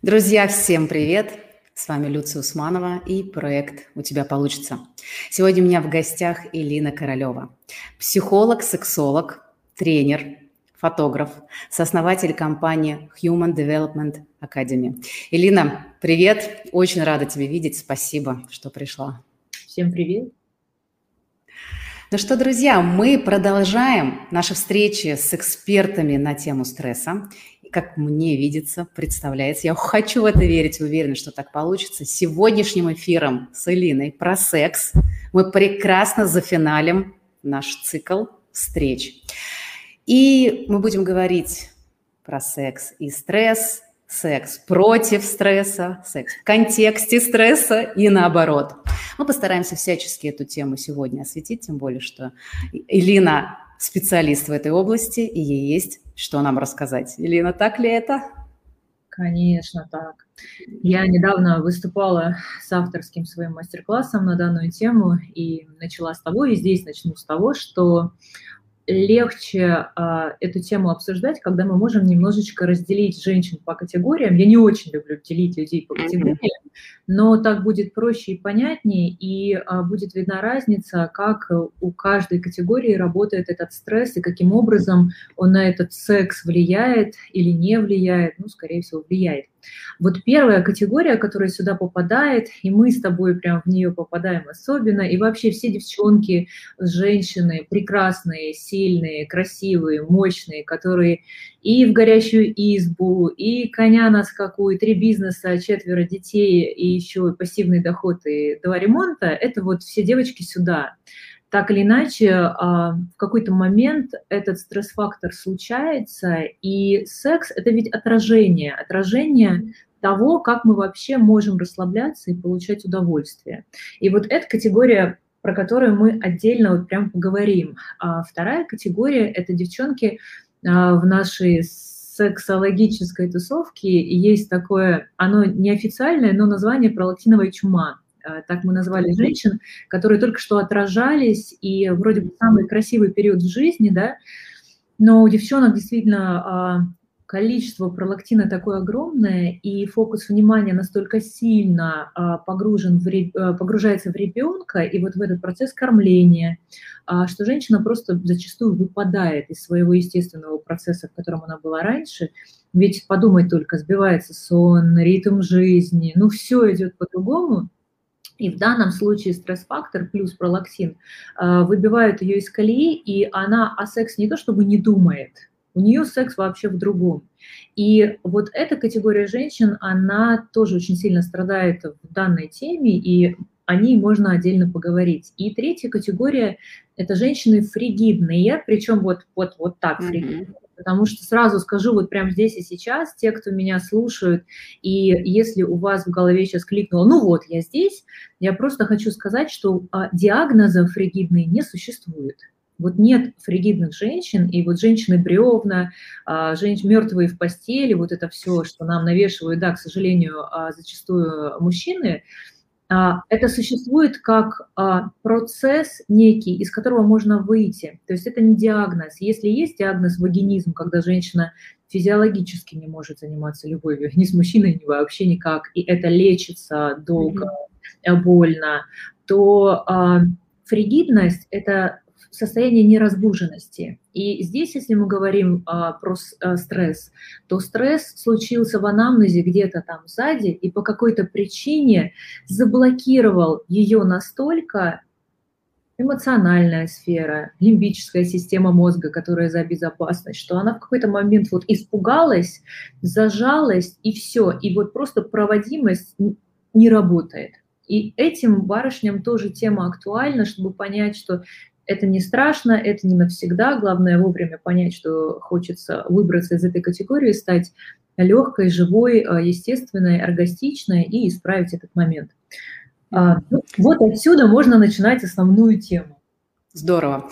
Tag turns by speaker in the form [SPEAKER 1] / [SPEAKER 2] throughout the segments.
[SPEAKER 1] Друзья, всем привет! С вами Люция Усманова и проект «У тебя получится». Сегодня у меня в гостях Элина Королева, психолог, сексолог, тренер, фотограф, сооснователь компании Human Development Academy. Элина, привет! Очень рада тебя видеть. Спасибо, что пришла.
[SPEAKER 2] Всем привет!
[SPEAKER 1] Ну что, друзья, мы продолжаем наши встречи с экспертами на тему стресса. И как мне видится, представляется, я хочу в это верить, уверена, что так получится. Сегодняшним эфиром с Элиной про секс мы прекрасно зафиналим наш цикл встреч. И мы будем говорить про секс и стресс, секс против стресса, секс в контексте стресса и наоборот. Мы постараемся всячески эту тему сегодня осветить, тем более, что Элина специалист в этой области, и ей есть что нам рассказать. Элина, так ли это?
[SPEAKER 2] Конечно, так. Я недавно выступала с авторским своим мастер-классом на данную тему и начала с того, и здесь начну с того, что легче эту тему обсуждать, когда мы можем немножечко разделить женщин по категориям. Я не очень люблю делить людей по категориям, но так будет проще и понятнее, и будет видна разница, как у каждой категории работает этот стресс и каким образом он на этот секс влияет или не влияет, ну, скорее всего, влияет. Вот первая категория, которая сюда попадает, и мы с тобой прям в нее попадаем особенно, и вообще все девчонки, женщины прекрасные, сильные, красивые, мощные, которые и в горящую избу, и коня на скаку, и 3 бизнеса, 4 детей, и еще пассивный доход, и 2 ремонта, это вот все девочки сюда. Так или иначе, в какой-то момент этот стресс-фактор случается, и секс – это ведь отражение того, как мы вообще можем расслабляться и получать удовольствие. И вот эта категория, про которую мы отдельно вот прям поговорим. А вторая категория – это девчонки в нашей сексологической тусовке. Есть такое, оно неофициальное, но название пролактиновая чума. Так мы назвали женщин, которые только что отражались, и вроде бы самый красивый период в жизни, да, но у девчонок действительно количество пролактина такое огромное, и фокус внимания настолько сильно погружается в ребенка и вот в этот процесс кормления, что женщина просто зачастую выпадает из своего естественного процесса, в котором она была раньше. Ведь подумать только, сбивается сон, ритм жизни, ну все идет по-другому. И в данном случае стресс-фактор плюс пролактин выбивают ее из колеи, и она о сексе не то чтобы не думает, у нее секс вообще в другом. И вот эта категория женщин, она тоже очень сильно страдает в данной теме, и о ней можно отдельно поговорить. И третья категория – это женщины фригидные, причем вот так фригидные. Потому что сразу скажу вот прямо здесь и сейчас, те, кто меня слушают, и если у вас в голове сейчас кликнуло, ну вот, я здесь, я просто хочу сказать, что диагноза фригидные не существует. Вот нет фригидных женщин, и вот женщины-бревна, мертвые в постели, вот это все, что нам навешивают, да, к сожалению, зачастую мужчины, это существует как процесс некий, из которого можно выйти. То есть это не диагноз. Если есть диагноз вагинизм, когда женщина физиологически не может заниматься любовью, ни с мужчиной, ни вообще никак, и это лечится долго, больно, то фригидность – это состояние неразбуженности. И здесь, если мы говорим про стресс, то стресс случился в анамнезе где-то там сзади и по какой-то причине заблокировал ее настолько эмоциональная сфера, лимбическая система мозга, которая за безопасность, что она в какой-то момент вот испугалась, зажалась, и все. И вот просто проводимость не работает. И этим барышням тоже тема актуальна, чтобы понять, что это не страшно, это не навсегда. Главное вовремя понять, что хочется выбраться из этой категории, стать легкой, живой, естественной, оргастичной и исправить этот момент. Вот отсюда можно начинать основную тему.
[SPEAKER 1] Здорово.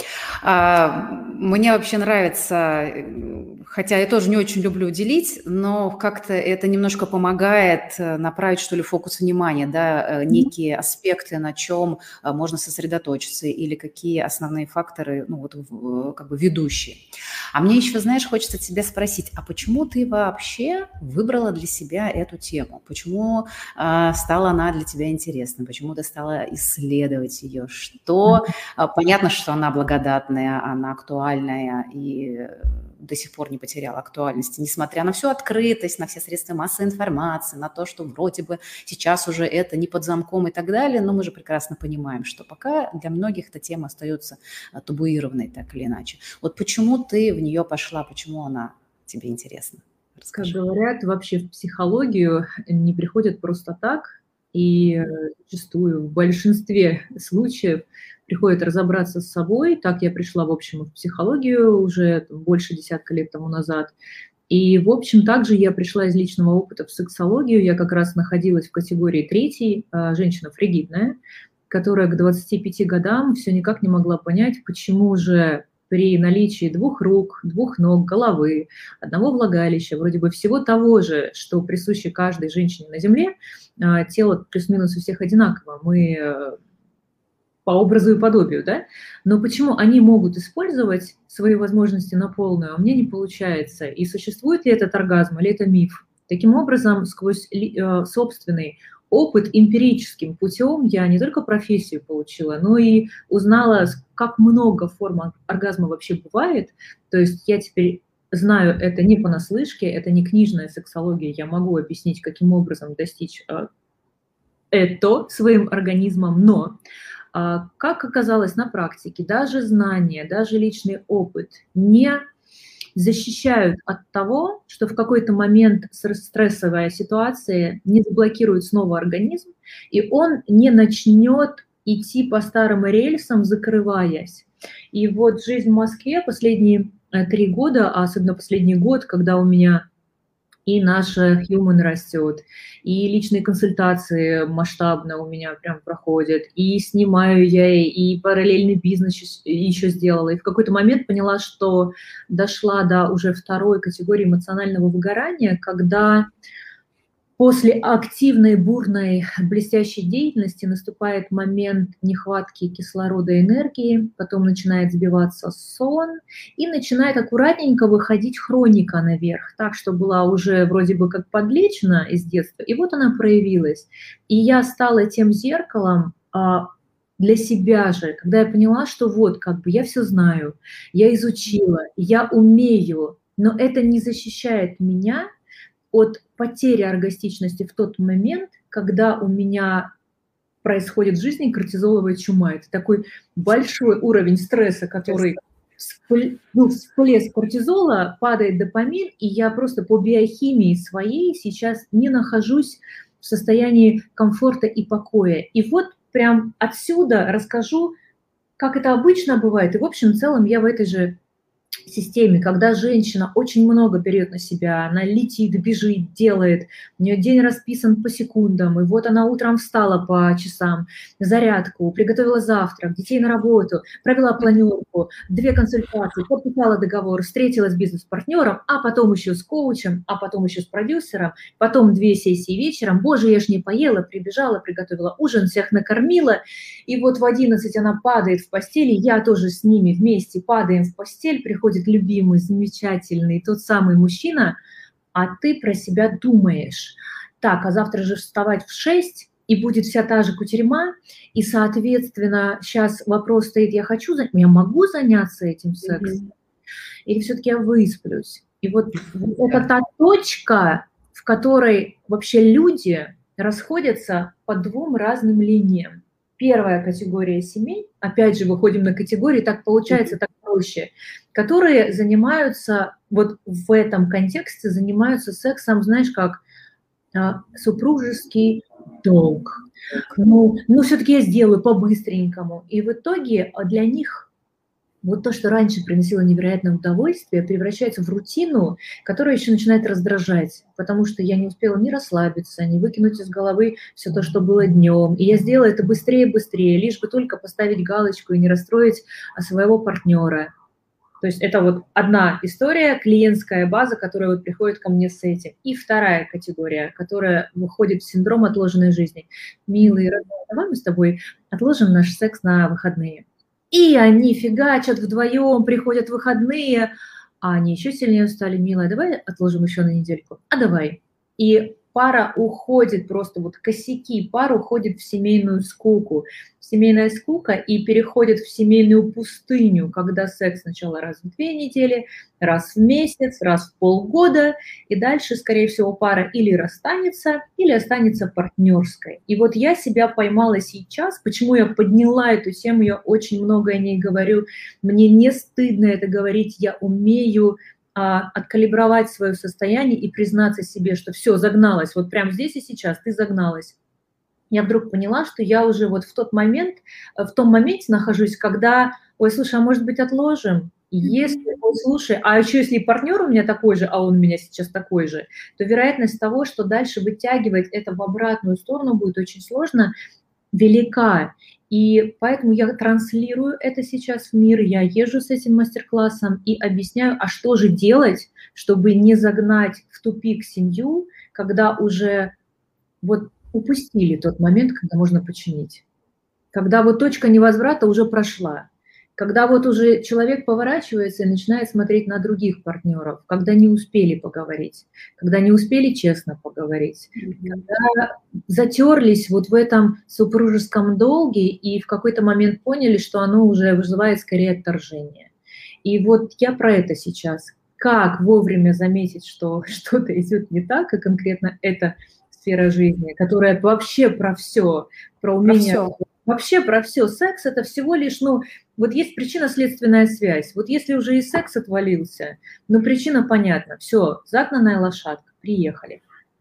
[SPEAKER 1] Мне вообще нравится, хотя я тоже не очень люблю делить, но как-то это немножко помогает направить, что ли, фокус внимания, да, некие аспекты, на чем можно сосредоточиться, или какие основные факторы, ну, вот, как бы ведущие. А мне еще, знаешь, хочется тебя спросить, а почему ты вообще выбрала для себя эту тему? Почему стала она для тебя интересна? Почему ты стала исследовать ее? Что... Понятно, что она благодатная, она актуальная и до сих пор не потеряла актуальности, несмотря на всю открытость, на все средства массовой информации, на то, что вроде бы сейчас уже это не под замком и так далее, но мы же прекрасно понимаем, что пока для многих эта тема остается табуированной так или иначе. Вот почему ты в нее пошла, почему она тебе интересна?
[SPEAKER 2] Расскажи. Как говорят, вообще в психологию не приходят просто так, и зачастую в большинстве случаев приходит разобраться с собой. Так я пришла, в общем, в психологию уже больше 10 лет тому назад. И, в общем, также я пришла из личного опыта в сексологию. Я как раз находилась в категории 3, женщина фригидная, которая к 25 годам все никак не могла понять, почему же при наличии 2 рук, 2 ног, головы, одного влагалища, вроде бы всего того же, что присуще каждой женщине на Земле, тело плюс-минус у всех одинаково, мы по образу и подобию, да? Но почему они могут использовать свои возможности на полную, а мне не получается? И существует ли этот оргазм или это миф? Таким образом, сквозь собственный опыт эмпирическим путем я не только профессию получила, но и узнала, как много форм оргазма вообще бывает. То есть я теперь знаю это не понаслышке, это не книжная сексология, я могу объяснить, каким образом достичь это своим организмом, но как оказалось на практике, даже знания, даже личный опыт не защищают от того, что в какой-то момент стрессовая ситуация не заблокирует снова организм, и он не начнет идти по старым рельсам, закрываясь. И вот жизнь в Москве последние 3 года, а особенно последний год, когда у меня и наша human растет, и личные консультации масштабно у меня прям проходят, и снимаю я, и параллельный бизнес еще сделала. И в какой-то момент поняла, что дошла до уже 2 категории эмоционального выгорания, когда после активной, бурной, блестящей деятельности наступает момент нехватки кислорода и энергии, потом начинает сбиваться сон, и начинает аккуратненько выходить хроника наверх, так, что была уже вроде бы как подлечена из детства, и вот она проявилась. И я стала тем зеркалом для себя же, когда я поняла, что вот как бы я все знаю, я изучила, я умею, но это не защищает меня от потери оргастичности в тот момент, когда у меня происходит в жизни кортизоловая чума. Это такой большой уровень стресса, который всплеск кортизола, падает допамин, и я просто по биохимии своей сейчас не нахожусь в состоянии комфорта и покоя. И вот прям отсюда расскажу, как это обычно бывает. И в общем целом я в этой же системе, когда женщина очень много берет на себя, она летит, бежит, делает, у нее день расписан по секундам, и вот она утром встала по часам, зарядку, приготовила завтрак, детей на работу, провела планерку, 2 консультации, подписала договор, встретилась с бизнес-партнером, а потом еще с коучем, а потом еще с продюсером, потом 2 сессии вечером, боже, я ж не поела, прибежала, приготовила ужин, всех накормила, и вот в 11 она падает в постели, я тоже с ними вместе падаем в постель, приходит любимый, замечательный, тот самый мужчина, а ты про себя думаешь. Так, а завтра же вставать в 6, и будет вся та же кутерьма, и, соответственно, сейчас вопрос стоит, я могу заняться этим сексом? Или все-таки я высплюсь? И вот это та точка, в которой вообще люди расходятся по 2 разным линиям. Первая категория семей, опять же, выходим на категории, так получается, так проще, которые занимаются, вот в этом контексте занимаются сексом, знаешь, как супружеский долг. Ну все-таки я сделаю по-быстренькому. И в итоге для них вот то, что раньше приносило невероятное удовольствие, превращается в рутину, которая еще начинает раздражать, потому что я не успела ни расслабиться, ни выкинуть из головы все то, что было днем. И я сделала это быстрее и быстрее, лишь бы только поставить галочку и не расстроить своего партнера. То есть это вот одна история, клиентская база, которая вот приходит ко мне с этим. И вторая категория, которая выходит в синдром отложенной жизни. Милый, родной, давай мы с тобой отложим наш секс на выходные. И они фигачат вдвоем, приходят выходные, а они еще сильнее устали. Милая, давай отложим еще на недельку. А давай. И пара уходит просто, вот косяки, пара уходит в семейную скуку. Семейная скука и переходит в семейную пустыню, когда секс сначала раз в 2 недели, раз в месяц, раз в полгода, и дальше, скорее всего, пара или расстанется, или останется партнерской. И вот я себя поймала сейчас, почему я подняла эту тему, я очень много о ней говорю, мне не стыдно это говорить, я умею откалибровать свое состояние и признаться себе, что все, загналась, вот прямо здесь и сейчас ты загналась. Я вдруг поняла, что я уже вот в том моменте нахожусь, когда, ой, слушай, а может быть отложим? Если, ой, слушай, а еще если партнер у меня такой же, а он у меня сейчас такой же, то вероятность того, что дальше вытягивать это в обратную сторону будет очень сложно, велика. И поэтому я транслирую это сейчас в мир, я езжу с этим мастер-классом и объясняю, а что же делать, чтобы не загнать в тупик семью, когда уже вот упустили тот момент, когда можно починить. Когда вот точка невозврата уже прошла. Когда вот уже человек поворачивается и начинает смотреть на других партнеров, когда не успели поговорить, когда не успели честно поговорить, когда затерлись вот в этом супружеском долге и в какой-то момент поняли, что оно уже вызывает скорее отторжение. И вот я про это сейчас. Как вовремя заметить, что что-то идет не так, и конкретно эта сфера жизни, которая вообще про все, про умение... Про все. Вообще про все. Секс – это всего лишь, вот есть причинно-следственная связь. Вот если уже и секс отвалился, причина понятна. Все, загнанная лошадка, приехали.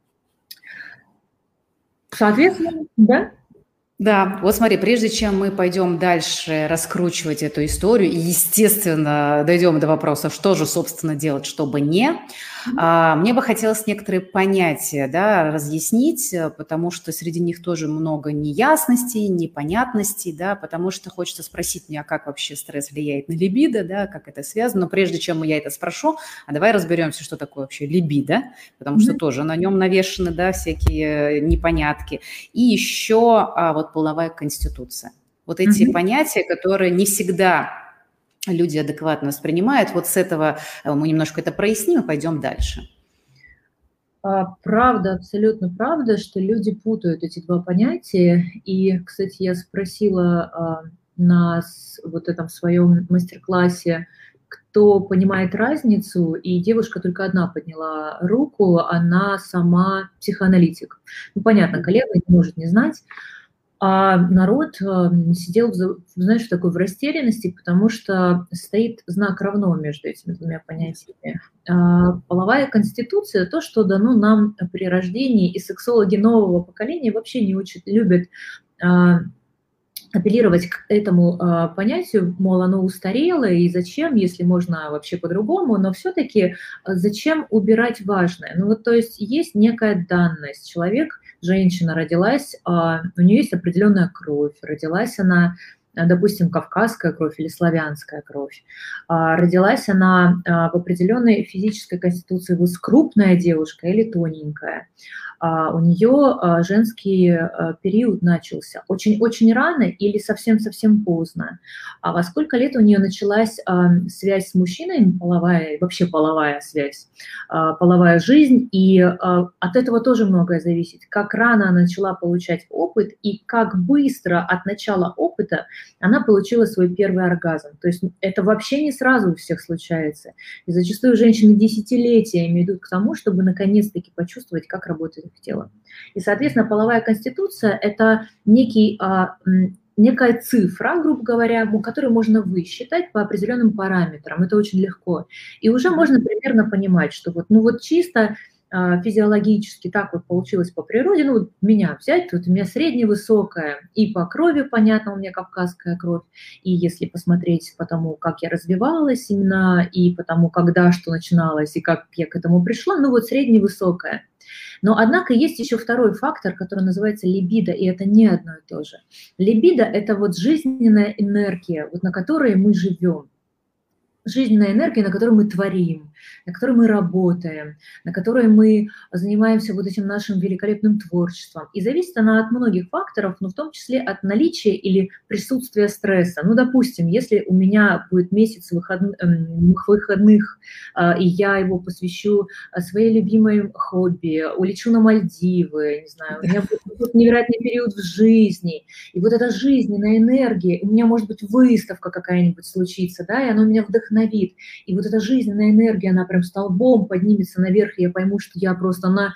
[SPEAKER 2] Соответственно, да?
[SPEAKER 1] Да, вот смотри, прежде чем мы пойдем дальше раскручивать эту историю, и, естественно, дойдем до вопроса, что же, собственно, делать, чтобы не, мне бы хотелось некоторые понятия, да, разъяснить, потому что среди них тоже много неясностей, непонятностей, да, потому что хочется спросить меня, как вообще стресс влияет на либидо, да, как это связано, но прежде чем я это спрошу, давай разберемся, что такое вообще либидо, потому что тоже на нем навешаны, да, всякие непонятки, и еще вот половая конституция. Вот эти понятия, которые не всегда люди адекватно воспринимают, вот с этого мы немножко это проясним и пойдем дальше.
[SPEAKER 2] Правда, абсолютно правда, что люди путают эти два понятия. И, кстати, я спросила на вот этом своем мастер-классе, кто понимает разницу, и девушка только одна подняла руку, она сама психоаналитик. Понятно, коллега не может не знать. А народ сидел, знаешь, такой в растерянности, потому что стоит знак равно между этими двумя понятиями. Половая конституция – то, что дано нам при рождении, и сексологи нового поколения вообще не любят апеллировать к этому понятию, мол, оно устарело, и зачем, если можно вообще по-другому, но все-таки зачем убирать важное? То есть есть некая данность. Человек, женщина родилась, у нее есть определенная кровь, родилась она, допустим, кавказская кровь или славянская кровь. Родилась она в определенной физической конституции, вот крупная девушка или тоненькая. У нее женский период начался очень-очень рано или совсем-совсем поздно. А во сколько лет у нее началась связь с мужчиной, вообще половая связь, половая жизнь, и от этого тоже многое зависит. Как рано она начала получать опыт и как быстро от начала опыта она получила свой первый оргазм. То есть это вообще не сразу у всех случается. И зачастую женщины десятилетиями идут к тому, чтобы наконец-таки почувствовать, как работает их тело. И, соответственно, половая конституция – это некая цифра, грубо говоря, которую можно высчитать по определенным параметрам. Это очень легко. И уже можно примерно понимать, что чисто физиологически так вот получилось по природе, ну вот меня взять, тут у меня средневысокая, и по крови, понятно, у меня кавказская кровь, и если посмотреть по тому, как я развивалась именно, и по тому, когда что начиналось, и как я к этому пришла, ну вот средневысокая. Но, однако, есть еще второй фактор, который называется либидо, и это не одно и то же. Либидо – это вот жизненная энергия, вот на которой мы живем. Жизненная энергия, на которой мы творим, на которой мы работаем, на которой мы занимаемся вот этим нашим великолепным творчеством. И зависит она от многих факторов, но в том числе от наличия или присутствия стресса. Ну, допустим, если у меня будет месяц выходных, и я его посвящу своей любимой хобби, улечу на Мальдивы, не знаю, у меня будет невероятный период в жизни, и вот эта жизненная энергия, у меня может быть выставка какая-нибудь случится, да, и она меня вдохновит. И вот эта жизненная энергия, она прям столбом поднимется наверх, и я пойму, что я просто на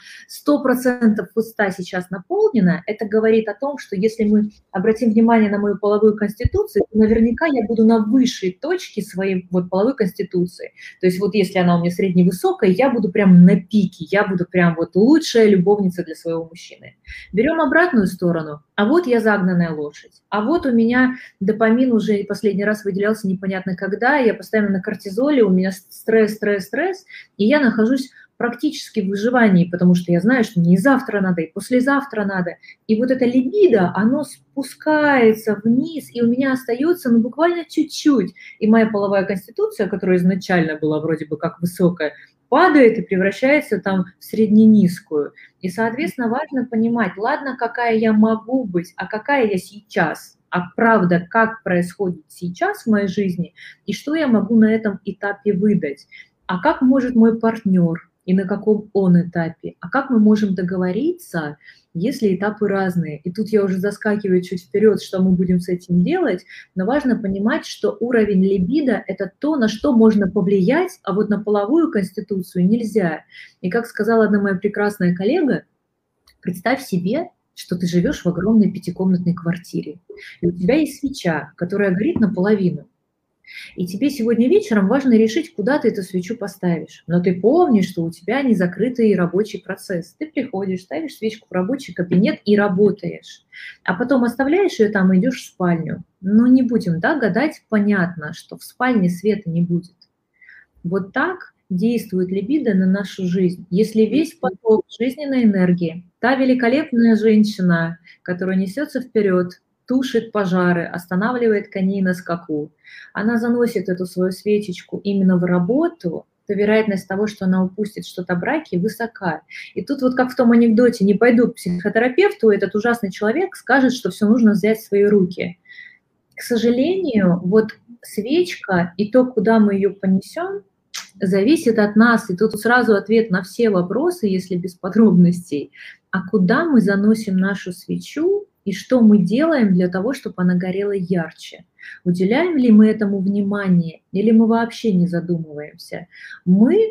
[SPEAKER 2] 100% высота сейчас наполнена. Это говорит о том, что если мы обратим внимание на мою половую конституцию, то наверняка я буду на высшей точке своей вот половой конституции. То есть вот если она у меня средневысокая, я буду прям на пике, я буду прям вот лучшая любовница для своего мужчины. Берем обратную сторону. А вот я загнанная лошадь. А вот у меня допамин уже последний раз выделялся непонятно когда, я постоянно на кортизоле, у меня стресс, и я нахожусь практически в выживании, потому что я знаю, что мне и завтра надо, и послезавтра надо. И вот это либидо, оно спускается вниз, и у меня остается, ну, буквально чуть-чуть. И моя половая конституция, которая изначально была вроде бы как высокая, падает и превращается там в средне-низкую. И, соответственно, важно понимать, ладно, какая я могу быть, а какая я сейчас. А правда, как происходит сейчас в моей жизни, и что я могу на этом этапе выдать. А как может мой партнер, и на каком он этапе. А как мы можем договориться, если этапы разные? И тут я уже заскакиваю чуть вперед, что мы будем с этим делать, но важно понимать, что уровень либидо – это то, на что можно повлиять, а вот на половую конституцию нельзя. И как сказала одна моя прекрасная коллега, представь себе, что ты живешь в огромной пятикомнатной квартире, и у тебя есть свеча, которая горит наполовину. И тебе сегодня вечером важно решить, куда ты эту свечу поставишь. Но ты помнишь, что у тебя не закрытый рабочий процесс. Ты приходишь, ставишь свечку в рабочий кабинет и работаешь. А потом оставляешь ее там и идешь в спальню. Но не будем, да, гадать. Понятно, что в спальне света не будет. Вот так действует либидо на нашу жизнь. Если весь поток жизненной энергии, та великолепная женщина, которая несется вперед, тушит пожары, останавливает коней на скаку, она заносит эту свою свечечку именно в работу, то вероятность того, что она упустит что-то в браке, высока. И тут вот как в том анекдоте, не пойду к психотерапевту, этот ужасный человек скажет, что все нужно взять в свои руки. К сожалению, вот свечка и то, куда мы ее понесем, зависит от нас. И тут сразу ответ на все вопросы, если без подробностей. А куда мы заносим нашу свечу и что мы делаем для того, чтобы она горела ярче? Уделяем ли мы этому внимание или мы вообще не задумываемся? Мы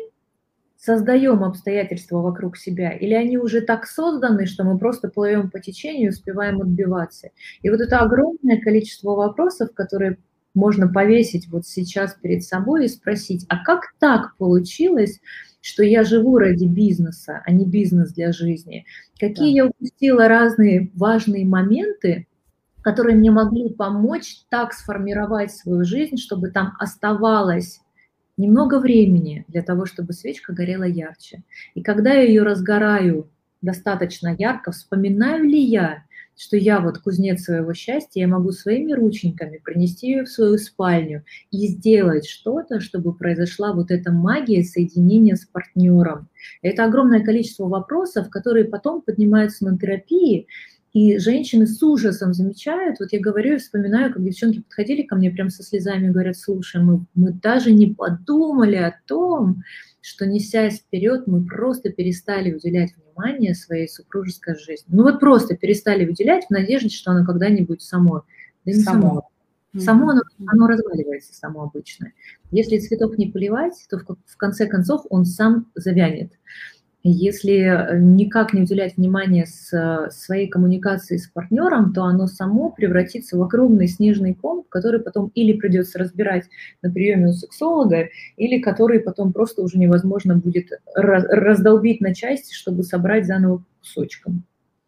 [SPEAKER 2] создаем обстоятельства вокруг себя или они уже так созданы, что мы просто плывем по течению и успеваем отбиваться? И вот это огромное количество вопросов, которые можно повесить вот сейчас перед собой и спросить, а как так получилось, что я живу ради бизнеса, а не бизнес для жизни? Какие я упустила разные важные моменты, которые мне могли помочь так сформировать свою жизнь, чтобы там оставалось немного времени для того, чтобы свечка горела ярче. И когда я ее разгораю достаточно ярко, вспоминаю ли я, что я вот кузнец своего счастья, я могу своими рученьками принести ее в свою спальню и сделать что-то, чтобы произошла вот эта магия соединения с партнером. Это огромное количество вопросов, которые потом поднимаются на терапии, и женщины с ужасом замечают, вот я говорю и вспоминаю, как девчонки подходили ко мне прям со слезами, говорят, слушай, мы даже не подумали о том, что, несясь вперед, мы просто перестали уделять внимание своей супружеской жизни. Ну вот просто перестали уделять в надежде, что оно когда-нибудь само. Да не само. Само оно разваливается, само обычно. Если цветок не поливать, то в конце концов он сам завянет. Если никак не уделять внимания своей коммуникации с партнером, то оно само превратится в огромный снежный ком, который потом или придется разбирать на приеме у сексолога, или который потом просто уже невозможно будет раздолбить на части, чтобы собрать заново кусочком.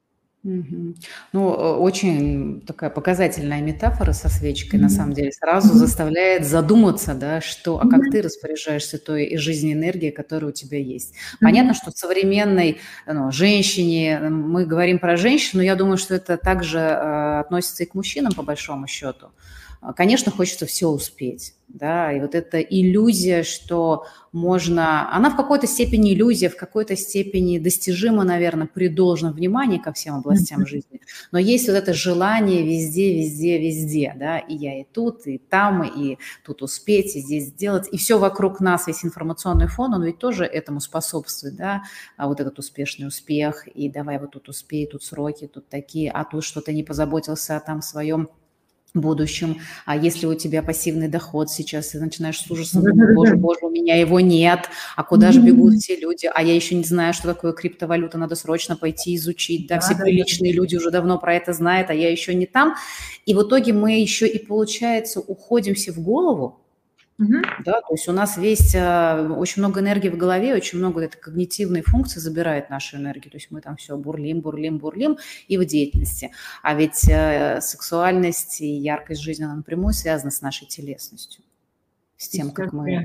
[SPEAKER 1] Мгм. Ну, очень такая показательная метафора со свечкой, на самом деле, сразу заставляет задуматься, да, что, а как ты распоряжаешься той и жизненной энергией, которая у тебя есть. Понятно, что современной женщине, мы говорим про женщин, но я думаю, что это также относится и к мужчинам, по большому счету. Конечно, хочется все успеть, да, и вот эта иллюзия, что можно, она в какой-то степени иллюзия, в какой-то степени достижима, наверное, при должном внимании ко всем областям жизни, но есть вот это желание везде, везде, везде, да, и я и тут, и там, и тут успеть, и здесь сделать, и все вокруг нас, весь информационный фон, он ведь тоже этому способствует, да, а вот этот успешный успех, и давай вот тут успей, тут сроки, тут такие, а тут что-то не позаботился о там своем будущем, а если у тебя пассивный доход сейчас, ты начинаешь с ужасом думать, боже, боже, у меня его нет, а куда же бегут все люди, а я еще не знаю, что такое криптовалюта, надо срочно пойти изучить, да, все приличные люди уже давно про это знают, а я еще не там, и в итоге мы еще и, получается, уходим все в голову, да, то есть у нас очень много энергии в голове, очень много этой когнитивной функции забирает нашу энергию, то есть мы там все бурлим, бурлим, бурлим и в деятельности. А ведь сексуальность и яркость жизни, она напрямую связана с нашей телесностью, с тем, как мы...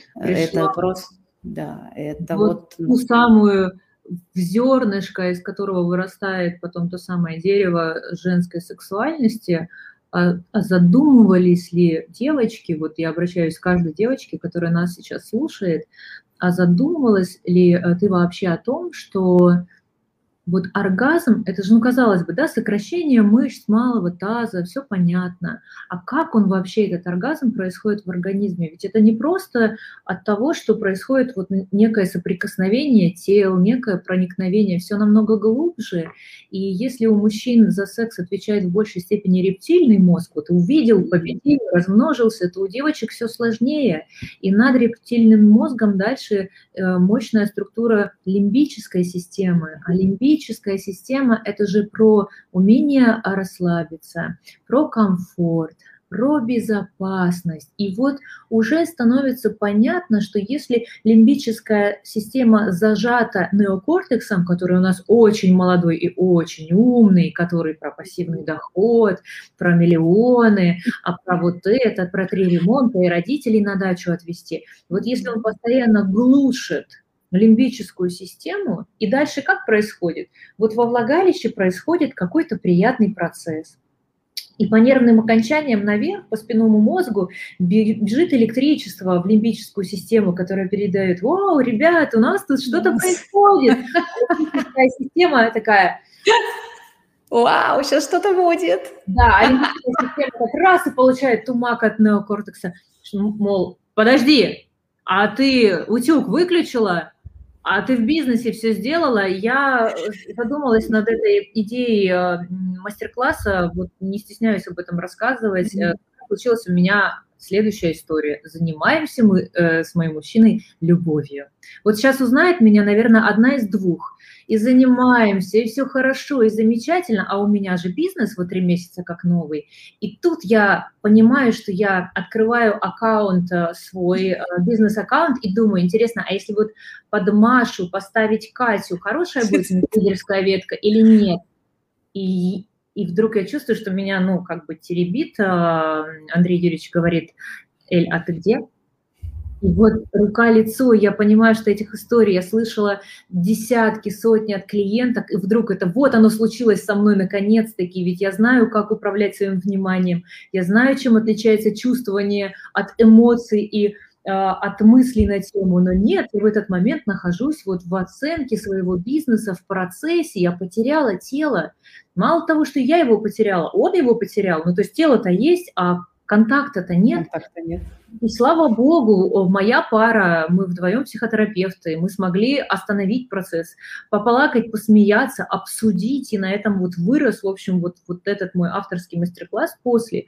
[SPEAKER 1] Это просто... Да, это вот...
[SPEAKER 2] Ту самую зернышко, из которого вырастает потом то самое дерево женской сексуальности. А задумывались ли девочки, вот я обращаюсь к каждой девочке, которая нас сейчас слушает, а задумывалась ли ты вообще о том, что вот оргазм, это же, ну, казалось бы, да, сокращение мышц малого таза, все понятно. А как он вообще, этот оргазм, происходит в организме? Ведь это не просто от того, что происходит вот некое соприкосновение тел, некое проникновение, все намного глубже. И если у мужчин за секс отвечает в большей степени рептильный мозг, вот увидел, победил, размножился, то у девочек все сложнее. И над рептильным мозгом дальше мощная структура лимбической системы. А лимбическая система – это же про умение расслабиться, про комфорт, про безопасность. И вот уже становится понятно, что если лимбическая система зажата неокортексом, который у нас очень молодой и очень умный, который про пассивный доход, про миллионы, а про вот это, про 3 ремонта и родителей на дачу отвезти. Вот если он постоянно глушит лимбическую систему, и дальше как происходит? Вот во влагалище происходит какой-то приятный процесс. И по нервным окончаниям наверх, по спинному мозгу бежит электричество в лимбическую систему, которая передает: «Вау, ребят, у нас тут что-то происходит». Лимбическая система такая:
[SPEAKER 1] «Вау, сейчас что-то будет».
[SPEAKER 2] Да, а лимбическая система как раз и получает тумак от неокортекса, мол, подожди, а ты утюг выключила? А ты в бизнесе все сделала? Я задумалась над этой идеей мастер-класса, вот не стесняюсь об этом рассказывать. Случилась у меня следующая история. Занимаемся мы с моим мужчиной любовью. Вот сейчас узнает меня, наверное, одна из двух. И занимаемся, и все хорошо, и замечательно, а у меня же бизнес вот 3 месяца как новый. И тут я понимаю, что я открываю аккаунт свой, бизнес-аккаунт, и думаю, интересно, а если вот под Машу поставить Катю, хорошая будет лидерская ветка или нет? И вдруг я чувствую, что меня, ну, как бы теребит. Андрей Юрьевич говорит: «Эль, а ты где?» И вот рука-лицо, я понимаю, что этих историй я слышала десятки, сотни от клиенток, и вдруг это вот оно случилось со мной наконец-таки, ведь я знаю, как управлять своим вниманием, я знаю, чем отличается чувствование от эмоций и от мыслей на тему, но нет, я в этот момент нахожусь вот в оценке своего бизнеса, в процессе, я потеряла тело. Мало того, что я его потеряла, он его потерял, ну то есть тело-то есть, а контакта-то нет.
[SPEAKER 1] Контакта нет.
[SPEAKER 2] И слава богу, моя пара, мы вдвоем психотерапевты, мы смогли остановить процесс, поплакать, посмеяться, обсудить, и на этом вот вырос, в общем, вот этот мой авторский мастер-класс после,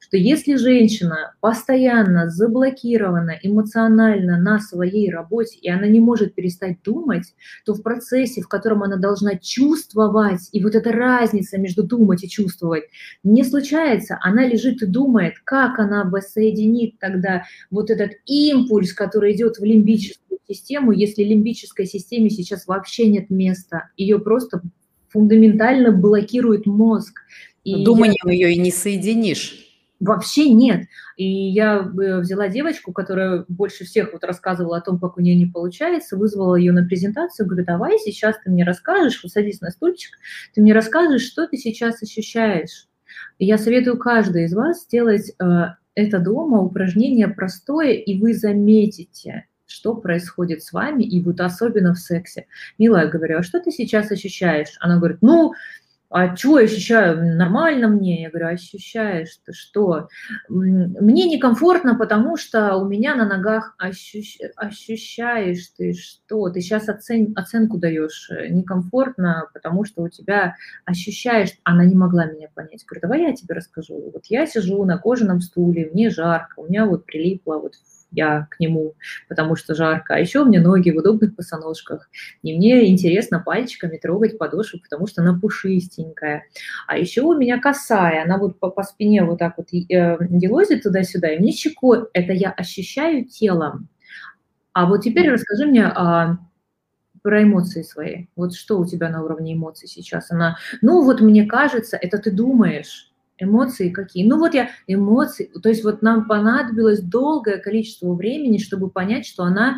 [SPEAKER 2] что если женщина постоянно заблокирована эмоционально на своей работе, и она не может перестать думать, то в процессе, в котором она должна чувствовать, и вот эта разница между думать и чувствовать не случается, она лежит и думает, как она воссоединит тогда вот этот импульс, который идет в лимбическую систему, если лимбической системе сейчас вообще нет места, ее просто фундаментально блокирует мозг. И
[SPEAKER 1] Думанием ее и не соединишь.
[SPEAKER 2] вообще нет. И я взяла девочку, которая больше всех вот рассказывала о том, как у нее не получается, вызвала ее на презентацию, говорю, давай сейчас ты мне расскажешь, вот садись на стульчик, ты мне расскажешь, что ты сейчас ощущаешь. И я советую каждой из вас сделать это дома, упражнение простое, и вы заметите, что происходит с вами, и вот особенно в сексе. Милая, говорю, а что ты сейчас ощущаешь? Она говорит, ну, а что я ощущаю? Нормально мне. Я говорю, ощущаешь ты что? Мне некомфортно, потому что у меня на ногах ощущаешь ты что? Ты сейчас оценку даешь некомфортно, потому что у тебя ощущаешь... Она не могла меня понять. Говорю, давай я тебе расскажу. Вот я сижу на кожаном стуле, мне жарко, у меня вот прилипло вот я к нему, потому что жарко. А еще у меня ноги в удобных босоножках. И мне интересно пальчиками трогать подошву, потому что она пушистенькая. А еще у меня косая, она вот по спине вот так вот елозит туда-сюда, и мне щекой. Это я ощущаю телом. А вот теперь расскажи мне про эмоции свои. Вот что у тебя на уровне эмоций сейчас? Она, ну вот мне кажется, это ты думаешь. Эмоции какие? Ну вот я эмоции, то есть вот нам понадобилось долгое количество времени, чтобы понять, что она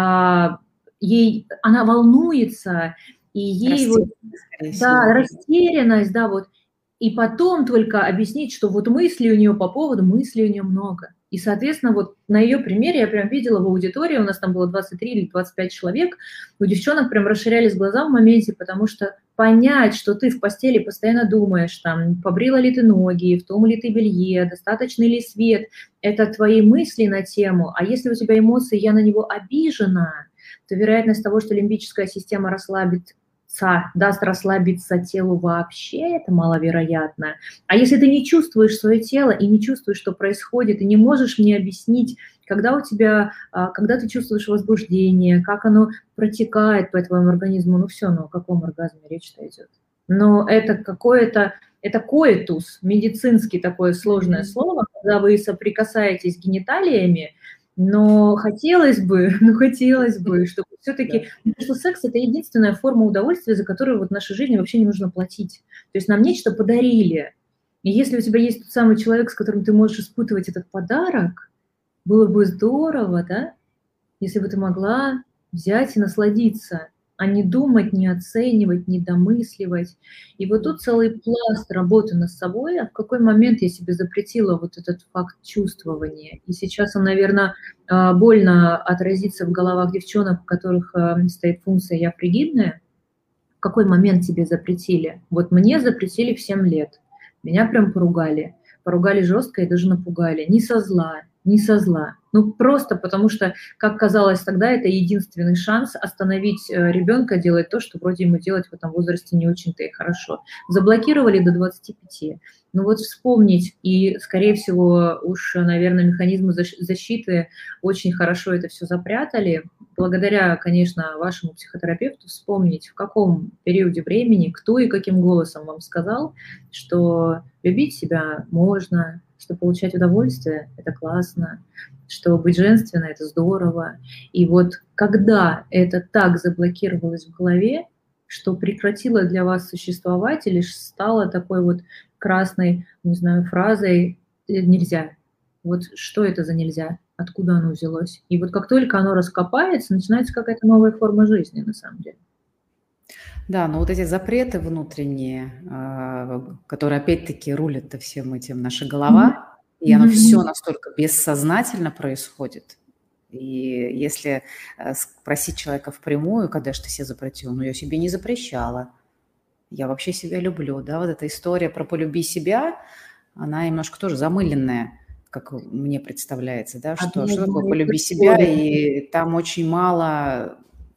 [SPEAKER 2] она волнуется, и ей вот, да, растерянность, да, вот, и потом только объяснить, что вот мыслей у нее по поводу, мыслей у нее много. И, соответственно, вот на ее примере я прям видела в аудитории, у нас там было 23 или 25 человек, у девчонок прям расширялись глаза в моменте, потому что понять, что ты в постели постоянно думаешь, там, побрила ли ты ноги, в том ли ты белье, достаточный ли свет, это твои мысли на тему, а если у тебя эмоции, я на него обижена, то вероятность того, что лимбическая система даст расслабиться телу вообще, это маловероятно. А если ты не чувствуешь свое тело и не чувствуешь, что происходит, и не можешь мне объяснить, когда ты чувствуешь возбуждение, как оно протекает по твоему организму, ну все, ну о каком оргазме речь-то идет? Но это это коитус, медицинский такое сложное слово, когда вы соприкасаетесь гениталиями, но хотелось бы, чтобы все-таки, что секс – это единственная форма удовольствия, за которую вот в нашей жизни вообще не нужно платить. То есть нам нечто подарили. И если у тебя есть тот самый человек, с которым ты можешь испытывать этот подарок, было бы здорово, да, если бы ты могла взять и насладиться, а не думать, не оценивать, не домысливать. И вот тут целый пласт работы над собой, а в какой момент я себе запретила вот этот факт чувствования. И сейчас он, наверное, больно отразится в головах девчонок, у которых стоит функция «я фригидная». В какой момент тебе запретили? Вот мне запретили в 7 лет. Меня прям поругали. Поругали жестко и даже напугали. Не со зла, не со зла. Ну, просто потому что, как казалось тогда, это единственный шанс остановить ребенка делать то, что вроде ему делать в этом возрасте не очень-то и хорошо. Заблокировали до 25. Ну вот вспомнить, и, скорее всего, уж, наверное, механизмы защиты очень хорошо это все запрятали. Благодаря, конечно, вашему психотерапевту вспомнить, в каком периоде времени, кто и каким голосом вам сказал, что любить себя можно, что получать удовольствие – это классно, что быть женственной – это здорово. И вот когда это так заблокировалось в голове, что прекратило для вас существовать и лишь стало такой вот красной, не знаю, фразой «нельзя». Вот что это за «нельзя»? Откуда оно взялось? И вот как только оно раскопается, начинается какая-то новая форма жизни, на самом деле.
[SPEAKER 1] Да, но вот эти запреты внутренние, которые опять-таки рулят-то всем этим наша голова, и оно все настолько бессознательно происходит. И если спросить человека впрямую, когда же ты себе запретил, ну я себе не запрещала, я вообще себя люблю, да, вот эта история про «полюби себя», она немножко тоже замыленная, как мне представляется, да, что такое «полюби себя», и там очень мало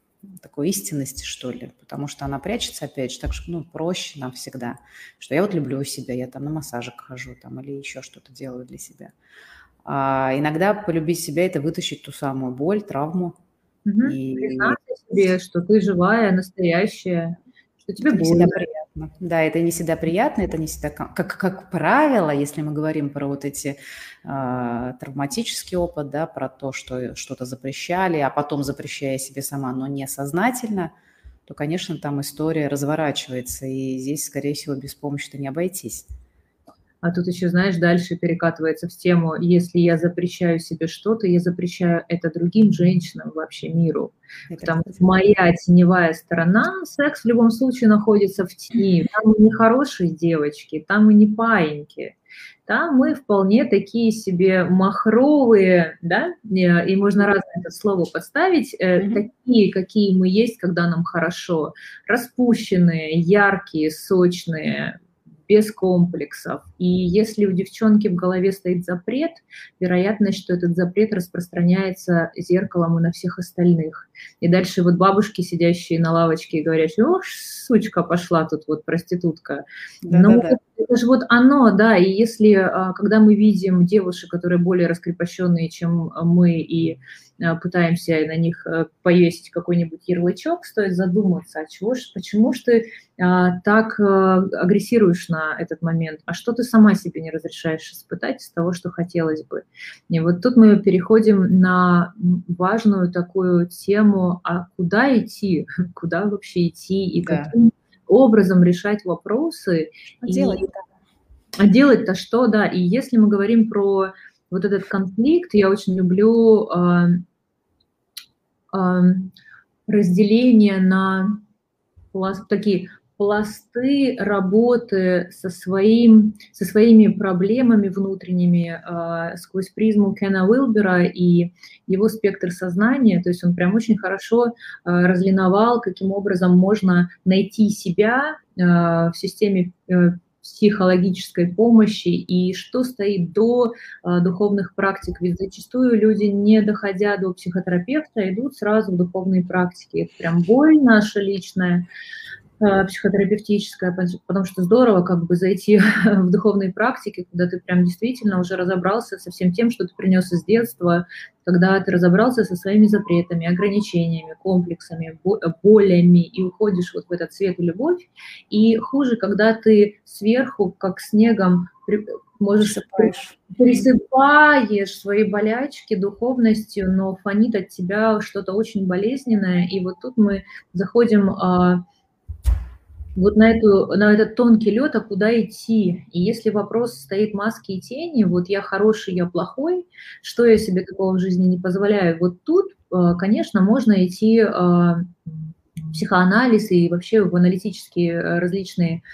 [SPEAKER 1] такой истинности, что ли, потому что она прячется, опять же, так что, ну, проще нам всегда, что я вот люблю себя, я там на массажик хожу там или еще что-то делаю для себя. А иногда полюбить себя – это вытащить ту самую боль, травму. И
[SPEAKER 2] Признаться себе, что ты живая, настоящая, что тебе
[SPEAKER 1] это не всегда
[SPEAKER 2] больно.
[SPEAKER 1] приятно. Да, это не всегда приятно, это не всегда… Как правило, если мы говорим про вот эти травматический опыт, да, про то, что что-то запрещали, а потом запрещая себе сама, но несознательно, то, конечно, там история разворачивается, и здесь, скорее всего, без помощи-то не обойтись.
[SPEAKER 2] А тут еще, знаешь, дальше перекатывается в тему, если я запрещаю себе что-то, я запрещаю это другим женщинам, вообще миру.
[SPEAKER 1] Это,
[SPEAKER 2] Потому
[SPEAKER 1] кстати,
[SPEAKER 2] что моя теневая сторона, секс в любом случае находится в тени. Там и не хорошие девочки, там и не паиньки. Там мы вполне такие себе махровые, да, и можно разное это слово подставить, такие, какие мы есть, когда нам хорошо. Распущенные, яркие, сочные, без комплексов. И если у девчонки в голове стоит запрет, вероятность, что этот запрет распространяется зеркалом и на всех остальных. И дальше вот бабушки, сидящие на лавочке, и говорят, ох, сучка пошла тут, вот проститутка. Ну, это же вот оно, да, и если, когда мы видим девушек, которые более раскрепощенные, чем мы, и пытаемся на них повесить какой-нибудь ярлычок, стоит задуматься, почему ж ты так агрессируешь на этот момент, а что ты сама себе не разрешаешь испытать из того, что хотелось бы. И вот тут мы переходим на важную такую тему, а куда идти, куда вообще идти и каким образом решать вопросы. А делать-то что, да, и если мы говорим про вот этот конфликт, я очень люблю разделение на такие пласты работы со своими проблемами внутренними сквозь призму Кена Уилбера и его спектр сознания. То есть он прям очень хорошо разлиновал, каким образом можно найти себя в системе психологической помощи и что стоит до духовных практик. Ведь зачастую люди, не доходя до психотерапевта, идут сразу в духовные практики. Это прям боль наша личная, психотерапевтическая, потому что здорово как бы зайти в духовные практики, когда ты прям действительно уже разобрался со всем тем, что ты принес из детства, когда ты разобрался со своими запретами, ограничениями, комплексами, болями и уходишь вот в этот свет и любовь. И хуже, когда ты сверху, как снегом, можешь присыпаешь свои болячки духовностью, но фонит от тебя что-то очень болезненное. И вот тут мы заходим вот на этот тонкий лед, а куда идти? И если вопрос стоит маски и тени, вот я хороший, я плохой, что я себе такого в жизни не позволяю, вот тут, конечно, можно идти в психоанализ и вообще в аналитические различные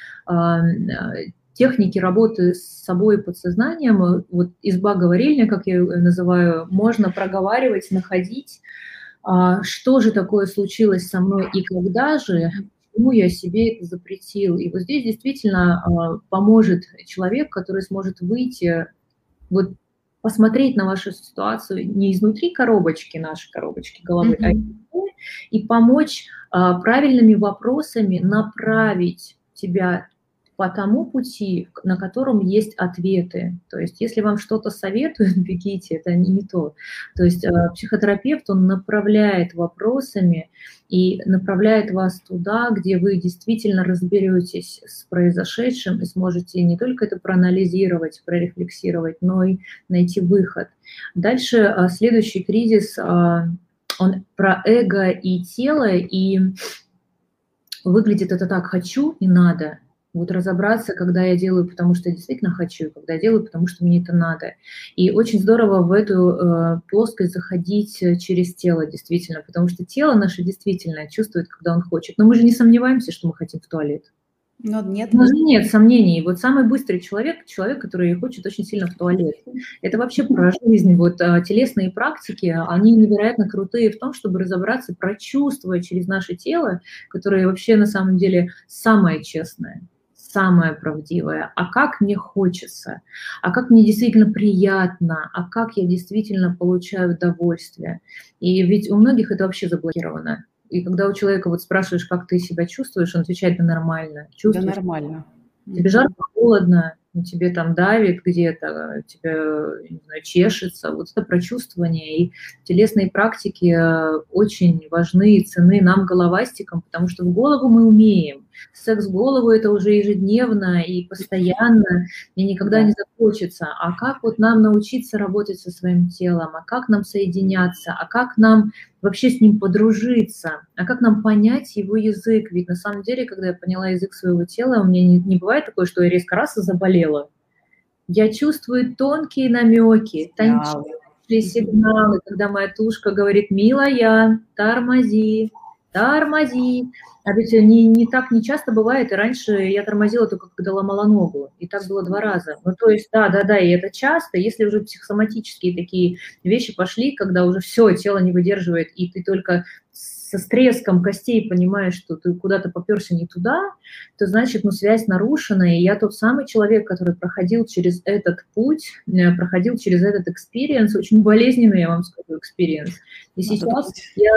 [SPEAKER 2] техники работы с собой и подсознанием. Вот изба-говорильня, как я ее называю, можно проговаривать, находить, что же такое случилось со мной и когда же, почему я себе это запретил. И вот здесь действительно поможет человек, который сможет выйти, вот посмотреть на вашу ситуацию не изнутри коробочки, нашей коробочки головы, а изнутри, и помочь правильными вопросами направить тебя по тому пути, на котором есть ответы. То есть если вам что-то советуют, бегите, это не то. То есть психотерапевт, он направляет вопросами и направляет вас туда, где вы действительно разберетесь с произошедшим и сможете не только это проанализировать, прорефлексировать, но и найти выход. Дальше следующий кризис, он про эго и тело, и выглядит это так: хочу и надо. Вот разобраться, когда я делаю, потому что я действительно хочу, когда я делаю, потому что мне это надо. И очень здорово в эту плоскость заходить через тело, действительно, потому что тело наше действительно чувствует, когда он хочет. Но мы же не сомневаемся, что мы хотим в туалет.
[SPEAKER 1] Но нет.
[SPEAKER 2] У нас же нет сомнений. Вот самый быстрый человек, который хочет очень сильно в туалет. Это вообще про жизнь. Вот телесные практики, они невероятно крутые в том, чтобы разобраться, прочувствовать через наше тело, которое вообще на самом деле самое честное, самое правдивое, а как мне хочется, а как мне действительно приятно, а как я действительно получаю удовольствие. И ведь у многих это вообще заблокировано. И когда у человека вот спрашиваешь, как ты себя чувствуешь, он отвечает: да нормально.
[SPEAKER 1] Да
[SPEAKER 2] Чувствуешь?
[SPEAKER 1] нормально.
[SPEAKER 2] Тебе жарко, холодно, тебе там давит где-то, тебе, не знаю, чешется. Вот это прочувствование. И телесные практики очень важны и ценны нам, головастикам, потому что в голову мы умеем. Секс в голову — это уже ежедневно и постоянно, и никогда не закончится. А как вот нам научиться работать со своим телом? А как нам соединяться? А как нам вообще с ним подружиться? А как нам понять его язык? Ведь на самом деле, когда я поняла язык своего тела, у меня не бывает такое, что я резко раз и заболела. Я чувствую тонкие намеки, тончайшие сигналы, когда моя тушка говорит: милая, тормози, тормози. А ведь не так не часто бывает, и раньше я тормозила только когда ломала ногу, и так было 2 раза. Ну, то есть, да, и это часто, если уже психосоматические такие вещи пошли, когда уже все, тело не выдерживает, и ты только со стреском костей понимаешь, что ты куда-то попёрся не туда, то значит, ну, связь нарушена, и я тот самый человек, который проходил через этот путь, проходил через этот экспириенс, очень болезненный, я вам скажу, экспириенс. И сейчас я...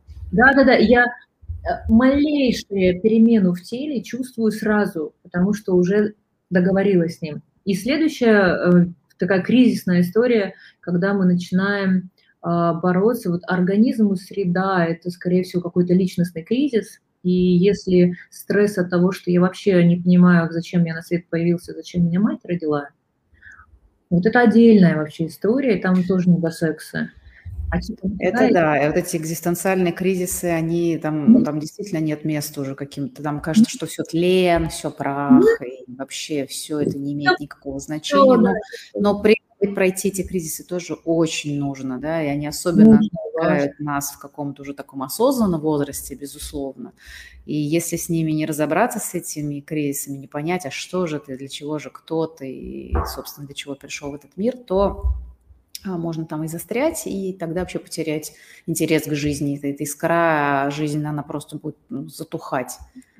[SPEAKER 2] я малейшую перемену в теле чувствую сразу, потому что уже договорилась с ним. И следующая такая кризисная история, когда мы начинаем бороться, вот организм и среда – это, скорее всего, какой-то личностный кризис, и если стресс от того, что я вообще не понимаю, зачем я на свет появился, зачем меня мать родила, вот это отдельная вообще история, и там тоже не до секса.
[SPEAKER 1] Это да, и вот эти экзистенциальные кризисы, они там действительно нет места уже каким-то, там кажется, что все тлен, все прах, и вообще все это не имеет никакого значения, но пройти эти кризисы тоже очень нужно, да, и они особенно помогают нас в каком-то уже таком осознанном возрасте, безусловно. И если с ними не разобраться, с этими кризисами, не понять, а что же ты, для чего же кто ты, и, собственно, для чего пришел в этот мир, то можно там и застрять, и тогда вообще потерять интерес к жизни. Эта искра жизненная, она просто будет затухать.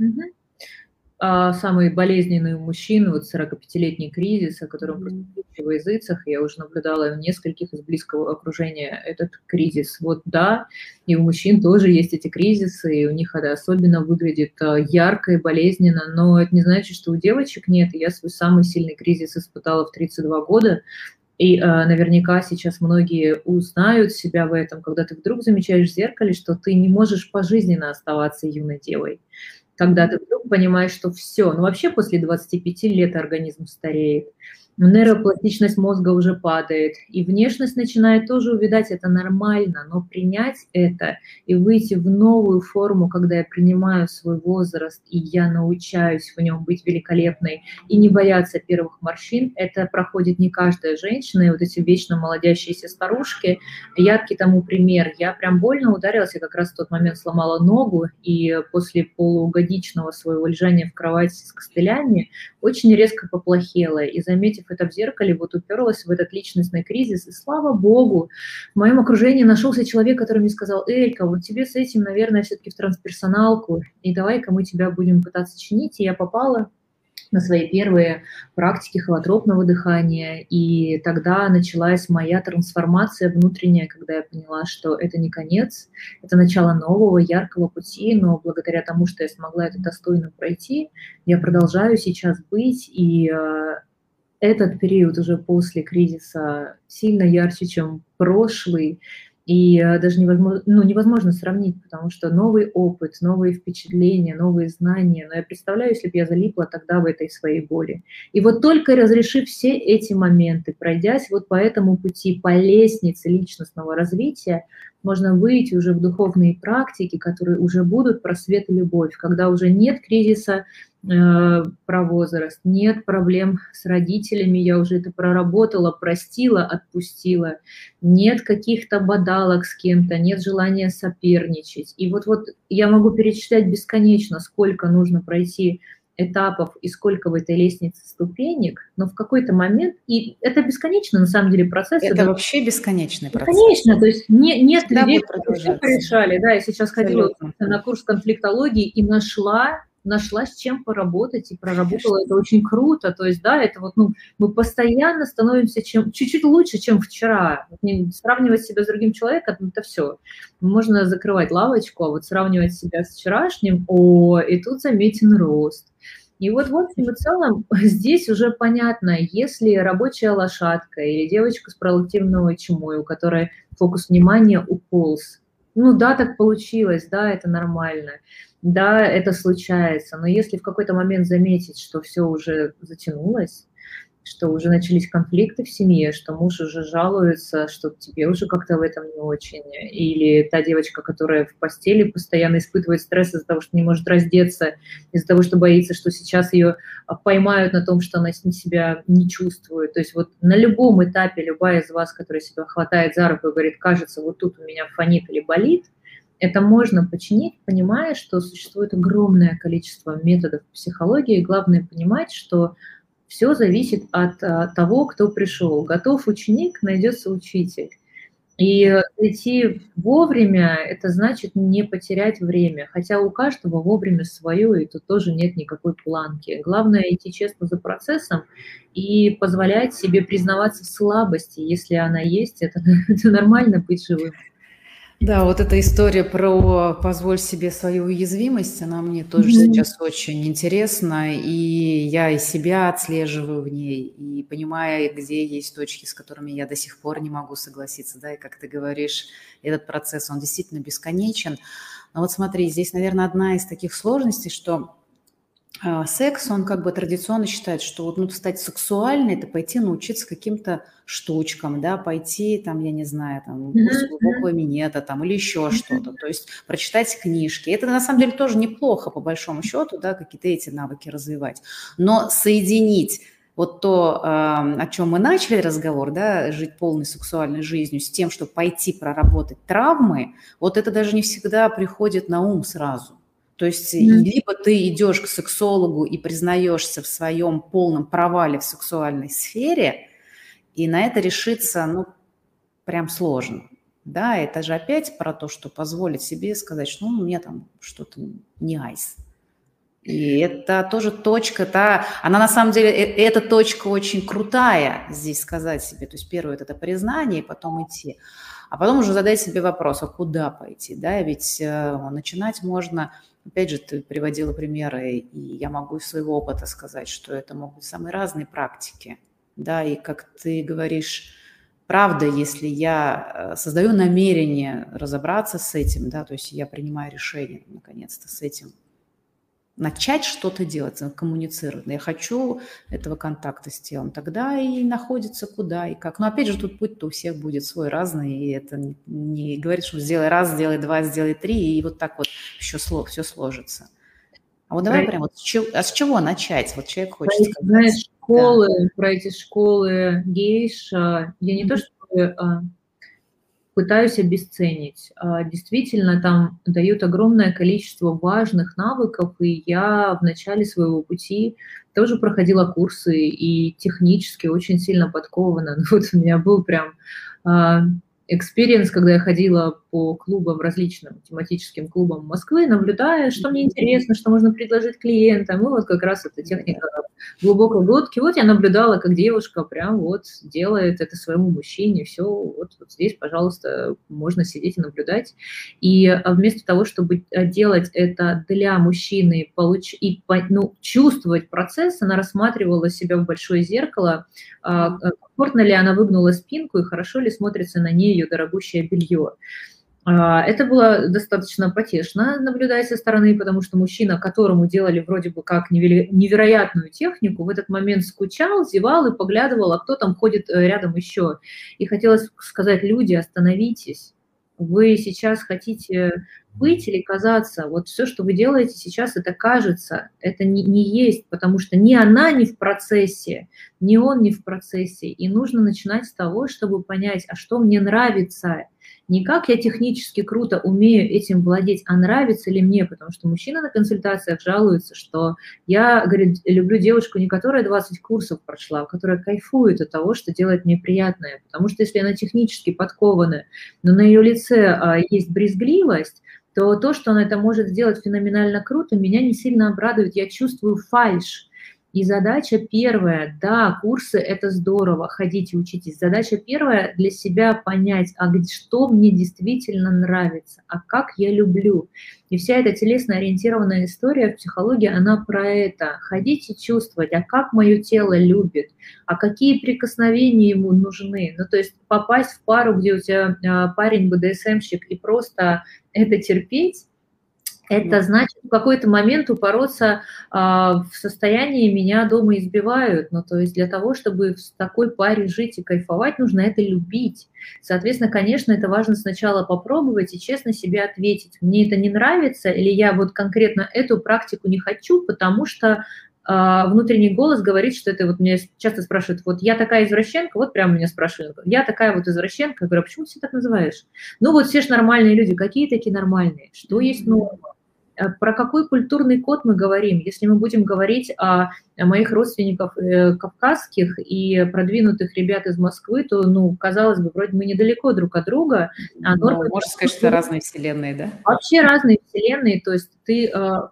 [SPEAKER 2] Самый болезненный у мужчин, вот 45-летний кризис, о котором просто в языцах, я уже наблюдала в нескольких из близкого окружения этот кризис. Вот да, и у мужчин тоже есть эти кризисы, и у них это особенно выглядит ярко и болезненно, но это не значит, что у девочек нет. Я свой самый сильный кризис испытала в 32 года, и наверняка сейчас многие узнают себя в этом, когда ты вдруг замечаешь в зеркале, что ты не можешь пожизненно оставаться юной девой. Когда ты вдруг понимаешь, что все, ну вообще после 25 лет организм стареет, нейропластичность мозга уже падает, и внешность начинает тоже увядать, это нормально, но принять это и выйти в новую форму, когда я принимаю свой возраст, и я научаюсь в нем быть великолепной, и не бояться первых морщин, это проходит не каждая женщина, и вот эти вечно молодящиеся старушки, яркий тому пример. Я прям больно ударилась, я как раз в тот момент сломала ногу, и после полугодичного своего лежания в кровати с костылями очень резко поплохело, и, заметив это в зеркале, вот уперлась в этот личностный кризис, и слава богу, в моем окружении нашелся человек, который мне сказал: Элька, вот тебе с этим, наверное, все-таки в трансперсоналку, и давай-ка мы тебя будем пытаться чинить, и я попала на свои первые практики холотропного дыхания, и тогда началась моя трансформация внутренняя, когда я поняла, что это не конец, это начало нового, яркого пути, но благодаря тому, что я смогла это достойно пройти, я продолжаю сейчас быть, и этот период уже после кризиса сильно ярче, чем прошлый, и даже невозможно сравнить, потому что новый опыт, новые впечатления, новые знания. Но я представляю, если бы я залипла тогда в этой своей боли. И вот только разрешив все эти моменты, пройдясь вот по этому пути, по лестнице личностного развития, можно выйти уже в духовные практики, которые уже будут про свет и любовь, когда уже нет кризиса про возраст, нет проблем с родителями, я уже это проработала, простила, отпустила, нет каких-то бодалок с кем-то, нет желания соперничать. И вот я могу перечислять бесконечно, сколько нужно пройти этапов и сколько в этой лестнице ступенек, но в какой-то момент, и это бесконечно на самом деле процесс.
[SPEAKER 1] Это вообще бесконечный процесс.
[SPEAKER 2] Конечно, то есть нет людей, которые все порешали. Да, я сейчас ходила на курс конфликтологии и нашла нашла с чем поработать и проработала это очень круто. То есть, да, это вот, ну, мы постоянно становимся чуть-чуть лучше, чем вчера. Сравнивать себя с другим человеком, это все. Можно закрывать лавочку, а вот сравнивать себя с вчерашним, и тут заметен рост. И вот в общем и целом здесь уже понятно, если рабочая лошадка или девочка с проактивной чумой, у которой фокус внимания уполз, ну да, так получилось, да, это нормально, да, это случается, но если в какой-то момент заметить, что все уже затянулось, что уже начались конфликты в семье, что муж уже жалуется, что тебе уже как-то в этом не очень, или та девочка, которая в постели постоянно испытывает стресс из-за того, что не может раздеться, из-за того, что боится, что сейчас ее поймают на том, что она себя не чувствует. То есть вот на любом этапе любая из вас, которая себя хватает за руку и говорит, кажется, вот тут у меня фонит или болит, это можно починить, понимая, что существует огромное количество методов психологии. Главное понимать, что все зависит от того, кто пришел. Готов ученик, найдется учитель. И прийти вовремя – это значит не потерять время. Хотя у каждого вовремя свое, и тут тоже нет никакой планки. Главное идти честно за процессом и позволять себе признаваться в слабости. Если она есть, это нормально быть живым.
[SPEAKER 1] Да, вот эта история про «позволь себе свою уязвимость», она мне тоже сейчас очень интересна, и я и себя отслеживаю в ней, и понимаю, где есть точки, с которыми я до сих пор не могу согласиться, да, и как ты говоришь, этот процесс, он действительно бесконечен. Но вот смотри, здесь, наверное, одна из таких сложностей, что секс, он как бы традиционно считает, что вот, ну, стать сексуальной – это пойти научиться каким-то штучкам, да, пойти, там, я не знаю, там, курс глубокого минета, там, или еще что-то, то есть прочитать книжки. Это, на самом деле, тоже неплохо, по большому счету, да, какие-то эти навыки развивать. Но соединить вот то, о чем мы начали разговор, да, жить полной сексуальной жизнью, с тем, чтобы пойти проработать травмы, вот это даже не всегда приходит на ум сразу. То есть либо ты идешь к сексологу и признаешься в своем полном провале в сексуальной сфере, и на это решиться, ну, прям сложно. Да, это же опять про то, что позволить себе сказать, что ну, у меня там что-то не айс. И это тоже точка, она на самом деле, эта точка очень крутая здесь сказать себе. То есть первое это признание, потом идти. А потом уже задать себе вопрос, а куда пойти, да, ведь начинать можно, опять же, ты приводила примеры, и я могу из своего опыта сказать, что это могут быть самые разные практики, да, и как ты говоришь, правда, если я создаю намерение разобраться с этим, да, то есть я принимаю решение, наконец-то, с этим, начать что-то делать, коммуницировать. Я хочу этого контакта с телом. Тогда и находится куда и как. Но опять же, тут путь-то у всех будет свой разный. И это не говорит, что сделай раз, сделай два, сделай три, и вот так вот все сложится. А вот давай прям вот с чего начать? Вот человек хочет сказать.
[SPEAKER 2] Знаешь, школы, да. Про эти школы гейш, я не то, что пытаюсь обесценить. Действительно, там дают огромное количество важных навыков, и я в начале своего пути тоже проходила курсы и технически очень сильно подкована. Вот у меня был прям экспириенс, когда я ходила по клубам, различным тематическим клубам Москвы, наблюдая, что мне интересно, что можно предложить клиентам. И вот как раз эта техника глубокой глотки. Вот я наблюдала, как девушка прям вот делает это своему мужчине. Все, вот здесь, пожалуйста, можно сидеть и наблюдать. И вместо того, чтобы делать это для мужчины и чувствовать процесс, она рассматривала себя в большое зеркало, комфортно ли она выгнула спинку и хорошо ли смотрится на ней ее дорогущее белье. Это было достаточно потешно наблюдать со стороны, потому что мужчина, которому делали вроде бы как невероятную технику, в этот момент скучал, зевал и поглядывал, а кто там ходит рядом еще. И хотелось сказать: люди, остановитесь. Вы сейчас хотите быть или казаться? Вот все, что вы делаете сейчас, это кажется, это не есть, потому что ни она не в процессе, ни он не в процессе. И нужно начинать с того, чтобы понять, а что мне нравится. Не как я технически круто умею этим владеть, а нравится ли мне, потому что мужчина на консультациях жалуется, что я, говорит, люблю девушку, не которая 20 курсов прошла, а которая кайфует от того, что делает мне приятное, потому что если она технически подкована, но на ее лице есть брезгливость, то, что она это может сделать феноменально круто, меня не сильно обрадует. Я чувствую фальшь. И задача первая, да, курсы – это здорово, ходите, учитесь. Задача первая – для себя понять, что мне действительно нравится, а как я люблю. И вся эта телесно-ориентированная история в психологии, она про это. Ходите чувствовать, а как мое тело любит, а какие прикосновения ему нужны. Ну, то есть попасть в пару, где у тебя парень БДСМщик, и просто это терпеть, это значит в какой-то момент упороться в состоянии «меня дома избивают». Ну, то есть для того, чтобы в такой паре жить и кайфовать, нужно это любить. Соответственно, конечно, это важно сначала попробовать и честно себе ответить, мне это не нравится, или я вот конкретно эту практику не хочу, потому что внутренний голос говорит, что это вот меня часто спрашивают, вот я такая извращенка, вот прямо меня спрашивают, я такая вот извращенка, я говорю, а почему ты себя так называешь? Ну вот все же нормальные люди, какие такие нормальные? Что есть норма? Про какой культурный код мы говорим? Если мы будем говорить о моих родственников кавказских и продвинутых ребят из Москвы, то, ну, казалось бы, вроде мы недалеко друг от друга.
[SPEAKER 1] Можно сказать, что это разные вселенные, да?
[SPEAKER 2] Вообще разные вселенные, то есть ты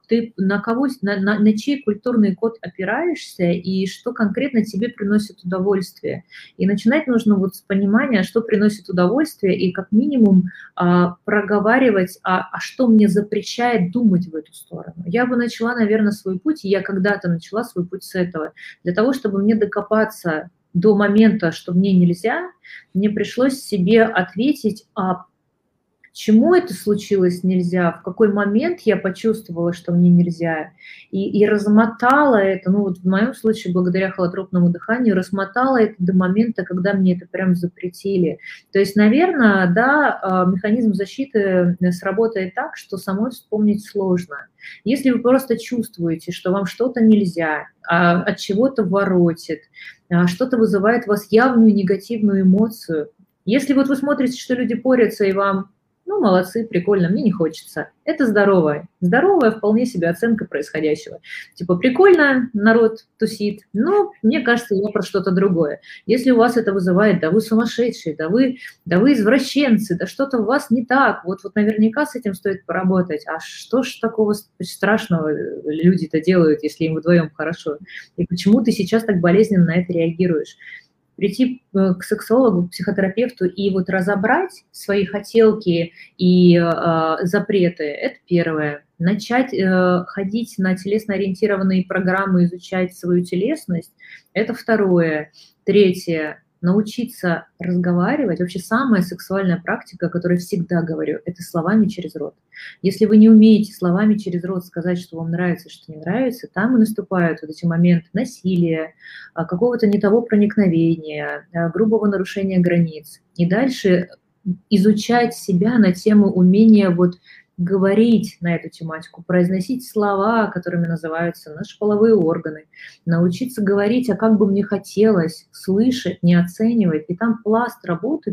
[SPEAKER 2] на чей культурный код опираешься и что конкретно тебе приносит удовольствие. И начинать нужно вот с понимания, что приносит удовольствие, и как минимум проговаривать, что мне запрещает думать в эту сторону. Я бы начала, наверное, свой путь, и я когда-то начала свой путь с этого, для того, чтобы мне докопаться до момента, что мне нельзя, мне пришлось себе ответить, чему это случилось нельзя, в какой момент я почувствовала, что мне нельзя, и размотала это, ну вот в моем случае, благодаря холотропному дыханию, размотала это до момента, когда мне это прям запретили. То есть, наверное, да, механизм защиты сработает так, что самой вспомнить сложно. Если вы просто чувствуете, что вам что-то нельзя, от чего-то воротит, что-то вызывает у вас явную негативную эмоцию, если вот вы смотрите, что люди порятся, и вам ну, молодцы, прикольно, мне не хочется. Это здоровая вполне себе оценка происходящего. Типа, прикольно, народ тусит, но мне кажется, я про что-то другое. Если у вас это вызывает, да вы сумасшедшие, да вы извращенцы, да что-то у вас не так, вот наверняка с этим стоит поработать. А что ж такого страшного люди-то делают, если им вдвоем хорошо? И почему ты сейчас так болезненно на это реагируешь? Прийти к сексологу, к психотерапевту и вот разобрать свои хотелки и запреты – это первое. Начать ходить на телесно-ориентированные программы, изучать свою телесность – это второе. Третье – научиться разговаривать. Вообще самая сексуальная практика, о которой всегда говорю, это словами через рот. Если вы не умеете словами через рот сказать, что вам нравится, что не нравится, там и наступают вот эти моменты насилия, какого-то не того проникновения, грубого нарушения границ. И дальше изучать себя на тему умения вот говорить на эту тематику, произносить слова, которыми называются наши половые органы, научиться говорить, а как бы мне хотелось, слышать, не оценивать. И там пласт работы,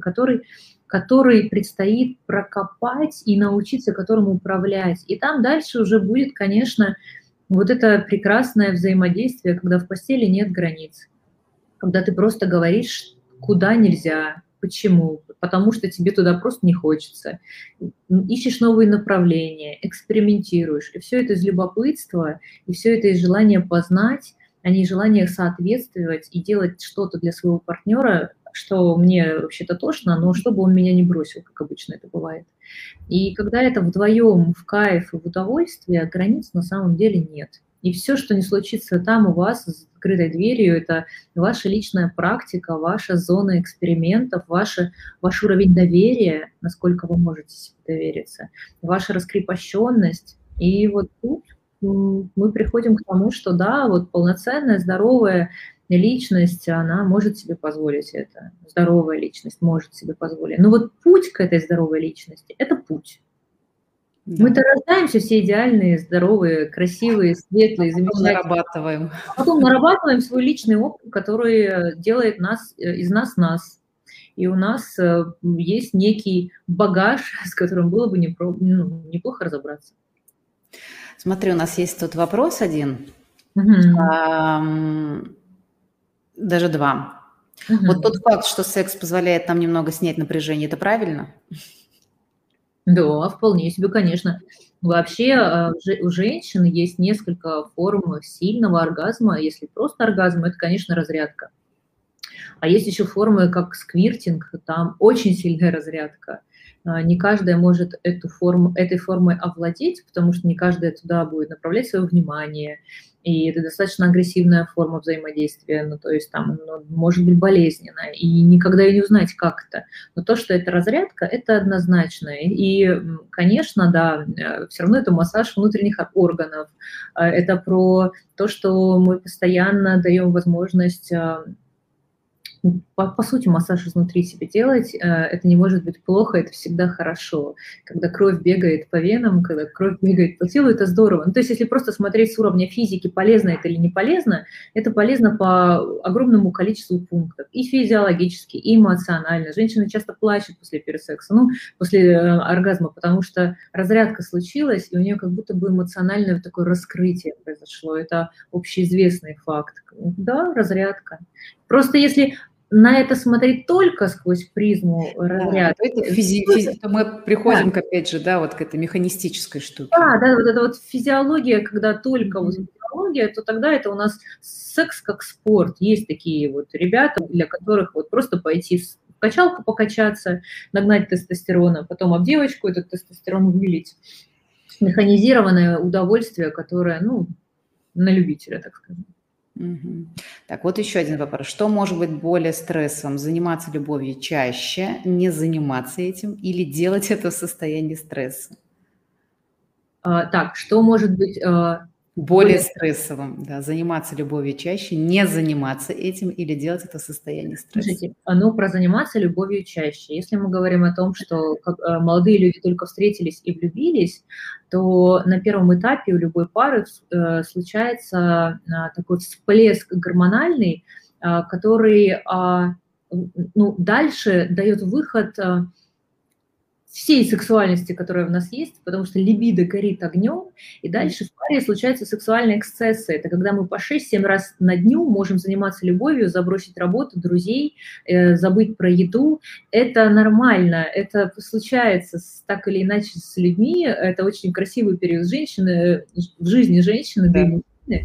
[SPEAKER 2] который предстоит прокопать и научиться которому управлять. И там дальше уже будет, конечно, вот это прекрасное взаимодействие, когда в постели нет границ, когда ты просто говоришь, куда нельзя, почему, потому что тебе туда просто не хочется. Ищешь новые направления, экспериментируешь. И все это из любопытства, и все это из желания познать, а не из желания соответствовать и делать что-то для своего партнера, что мне вообще-то тошно, но чтобы он меня не бросил, как обычно это бывает. И когда это вдвоем в кайф и в удовольствие, границ на самом деле нет. И все, что не случится там у вас с открытой дверью, это ваша личная практика, ваша зона экспериментов, ваш уровень доверия, насколько вы можете себе довериться, ваша раскрепощенность. И вот тут мы приходим к тому, что да, вот полноценная, здоровая личность, она может себе позволить это. Здоровая личность может себе позволить. Но вот путь к этой здоровой личности – это путь. Да. Мы-то рождаемся все идеальные, здоровые, красивые, светлые, замечательные.
[SPEAKER 1] Нарабатываем.
[SPEAKER 2] Потом нарабатываем свой личный опыт, который делает из нас нас. И у нас есть некий багаж, с которым было бы неплохо разобраться.
[SPEAKER 1] Смотри, у нас есть тут вопрос один. Даже два. Вот тот факт, что секс позволяет нам немного снять напряжение, это правильно?
[SPEAKER 2] Да, вполне себе, конечно. Вообще, у женщин есть несколько форм сильного оргазма. Если просто оргазм, это, конечно, разрядка. А есть еще формы, как сквиртинг, там очень сильная разрядка. Не каждая может этой формой овладеть, потому что не каждая туда будет направлять свое внимание. И это достаточно агрессивная форма взаимодействия, ну, то есть там может быть болезненно, и никогда и не узнать, как это. Но то, что это разрядка, это однозначно. И, конечно, да, все равно это массаж внутренних органов. Это про то, что мы постоянно даем возможность по сути, массаж изнутри себе делать, это не может быть плохо, это всегда хорошо. Когда кровь бегает по венам, когда кровь бегает по телу, это здорово. Ну, то есть если просто смотреть с уровня физики, полезно это или не полезно, это полезно по огромному количеству пунктов. И физиологически, и эмоционально. Женщины часто плачут после пересекса, ну, после оргазма, потому что разрядка случилась, и у нее как будто бы эмоциональное такое раскрытие произошло. Это общеизвестный факт. Да, разрядка. Просто если на это смотреть только сквозь призму разряда.
[SPEAKER 1] Да, то мы приходим, опять же, да, вот к этой механистической штуке.
[SPEAKER 2] Да, вот эта вот физиология, когда только вот физиология, то тогда это у нас секс как спорт. Есть такие вот ребята, для которых вот просто пойти в качалку покачаться, нагнать тестостерона, потом об девочку этот тестостерон вылить. Механизированное удовольствие, которое, ну, на любителя, так скажем.
[SPEAKER 1] Так, вот еще один вопрос. Что может быть более стрессовым? Заниматься любовью чаще, не заниматься этим или делать это в состоянии стресса?
[SPEAKER 2] Так, что может быть
[SPEAKER 1] более стрессовым? Да, заниматься любовью чаще, не заниматься этим или делать это в состоянии стресса?
[SPEAKER 2] Слушайте, ну, про заниматься любовью чаще. Если мы говорим о том, что молодые люди только встретились и влюбились, то на первом этапе у любой пары случается такой всплеск гормональный, который ну, дальше дает выход всей сексуальности, которая в нас есть, потому что либидо горит огнем, и дальше в паре случаются сексуальные эксцессы. Это когда мы по 6-7 раз на дню можем заниматься любовью, забросить работу, друзей, забыть про еду. Это нормально, это случается так или иначе с людьми, это очень красивый период женщины, в жизни женщины, да и мужчины.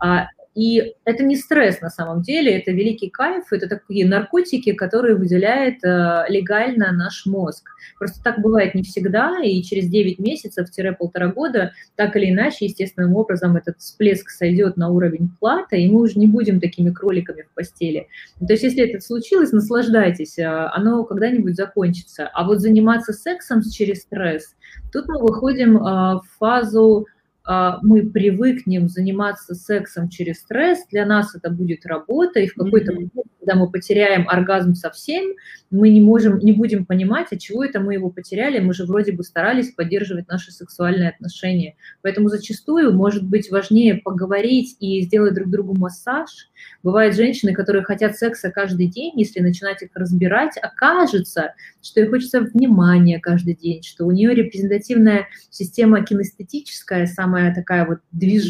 [SPEAKER 2] И это не стресс на самом деле, это великий кайф, это такие наркотики, которые выделяет легально наш мозг. Просто так бывает не всегда, и через 9 месяцев-1,5 года так или иначе, естественным образом, этот всплеск сойдет на уровень плата, и мы уже не будем такими кроликами в постели. То есть если это случилось, наслаждайтесь, оно когда-нибудь закончится. А вот заниматься сексом через стресс, тут мы выходим в фазу мы привыкнем заниматься сексом через стресс, для нас это будет работа, и в какой-то момент, когда мы потеряем оргазм совсем, мы не будем понимать, от чего это мы его потеряли, мы же вроде бы старались поддерживать наши сексуальные отношения. Поэтому зачастую может быть важнее поговорить и сделать друг другу массаж. Бывают женщины, которые хотят секса каждый день, если начинать их разбирать, окажется, что ей хочется внимания каждый день, что у нее репрезентативная система кинестетическая, самая такая вот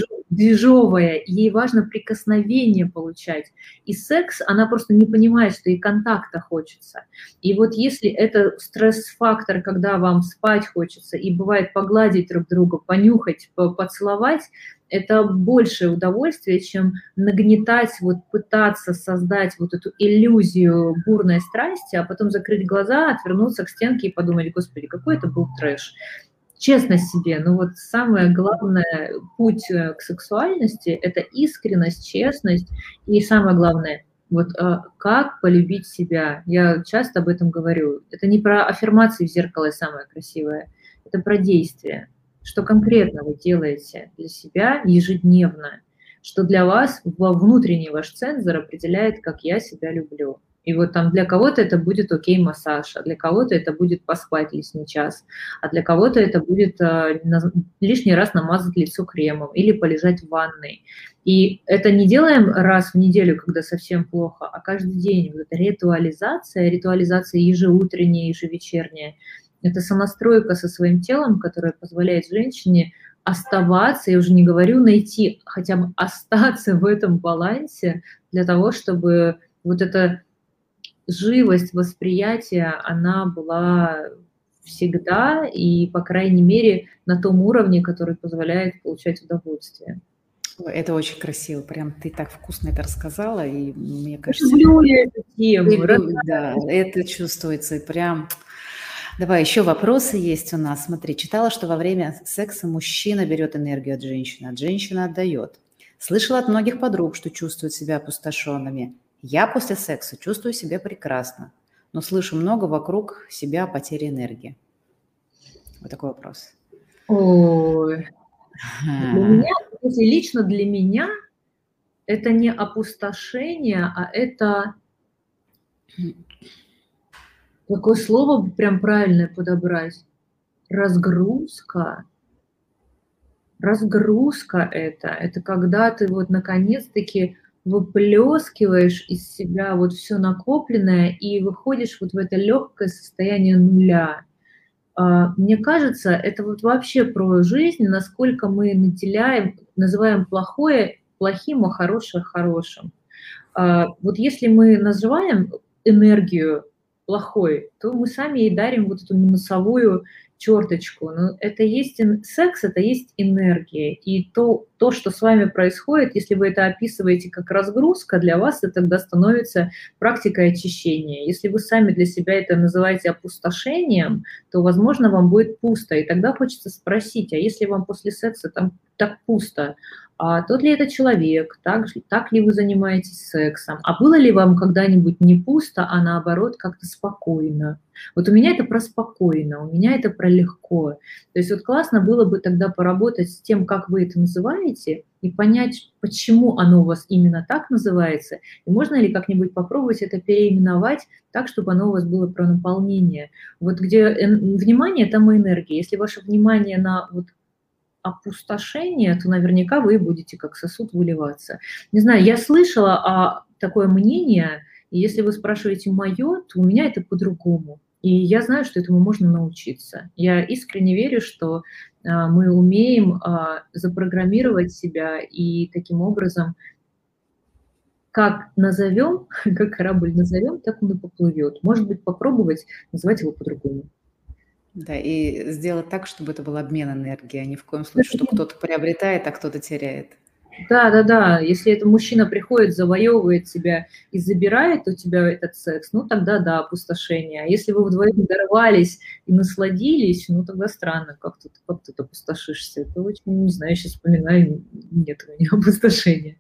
[SPEAKER 2] движовая, ей важно прикосновение получать. И секс, она просто не понимает, что ей контакта хочется. И вот если это стресс-фактор, когда вам спать хочется, и бывает погладить друг друга, понюхать, поцеловать, это большее удовольствие, чем нагнетать, вот пытаться создать вот эту иллюзию бурной страсти, а потом закрыть глаза, отвернуться к стенке и подумать: господи, какой это был трэш. Честно себе, ну вот самое главное путь к сексуальности – это искренность, честность и самое главное – вот как полюбить себя. Я часто об этом говорю. Это не про аффирмации в зеркало самое красивое, это про действие. Что конкретно вы делаете для себя ежедневно, что для вас внутренний ваш цензор определяет, как я себя люблю. И вот там для кого-то это будет окей-массаж, а для кого-то это будет поспать лишний час, а для кого-то это будет лишний раз намазать лицо кремом или полежать в ванной. И это не делаем раз в неделю, когда совсем плохо, а каждый день. Вот эта ритуализация ежеутренняя, ежевечерняя, это сонастройка со своим телом, которая позволяет женщине оставаться, я уже не говорю найти, хотя бы остаться в этом балансе для того, чтобы вот эта живость восприятия, она была всегда и, по крайней мере, на том уровне, который позволяет получать удовольствие.
[SPEAKER 1] Ой, это очень красиво. Прям ты так вкусно это рассказала, и мне кажется,
[SPEAKER 2] Люблю я эту тему.
[SPEAKER 1] да, это чувствуется. И прям. Давай, еще вопросы есть у нас. Смотри, читала, что во время секса мужчина берет энергию от женщины отдает. Слышала от многих подруг, что чувствуют себя опустошенными. Я после секса чувствую себя прекрасно, но слышу много вокруг себя потери энергии. Вот такой вопрос.
[SPEAKER 2] Ой. Для меня, лично для меня, это не опустошение, а это какое слово прям правильное подобрать? Разгрузка. Разгрузка это когда ты вот наконец-таки выплескиваешь из себя вот все накопленное и выходишь вот в это легкое состояние нуля. Мне кажется, это вот вообще про жизнь, насколько мы наделяем, называем плохое плохим, а хорошее хорошим. Вот если мы называем энергию плохой, то мы сами ей дарим вот эту минусовую черточку. Но это есть секс, это есть энергия. И то, что с вами происходит, если вы это описываете как разгрузка, для вас это тогда становится практикой очищения. Если вы сами для себя это называете опустошением, то, возможно, вам будет пусто. И тогда хочется спросить, а если вам после секса там так пусто, а тот ли это человек, так ли вы занимаетесь сексом, а было ли вам когда-нибудь не пусто, а наоборот как-то спокойно? Вот у меня это про спокойно, у меня это про легко. То есть вот классно было бы тогда поработать с тем, как вы это называете, и понять, почему оно у вас именно так называется, и можно ли как-нибудь попробовать это переименовать так, чтобы оно у вас было про наполнение. Вот где внимание, там и энергия. Если ваше внимание на вот опустошение, то наверняка вы будете как сосуд выливаться. Не знаю, я слышала такое мнение, и если вы спрашиваете мое, то у меня это по-другому. И я знаю, что этому можно научиться. Я искренне верю, что мы умеем запрограммировать себя и таким образом, как назовем, как корабль назовем, так он и поплывет. Может быть, попробовать называть его по-другому.
[SPEAKER 1] Да, и сделать так, чтобы это был обмен энергией, а ни в коем случае, что кто-то приобретает, а кто-то теряет.
[SPEAKER 2] Да. Если это мужчина приходит, завоевывает себя и забирает у тебя этот секс, ну тогда да, опустошение. А если вы вдвоем дорвались и насладились, ну тогда странно, как тут опустошишься. Это очень, не знаю, сейчас вспоминаю, нет у меня опустошения.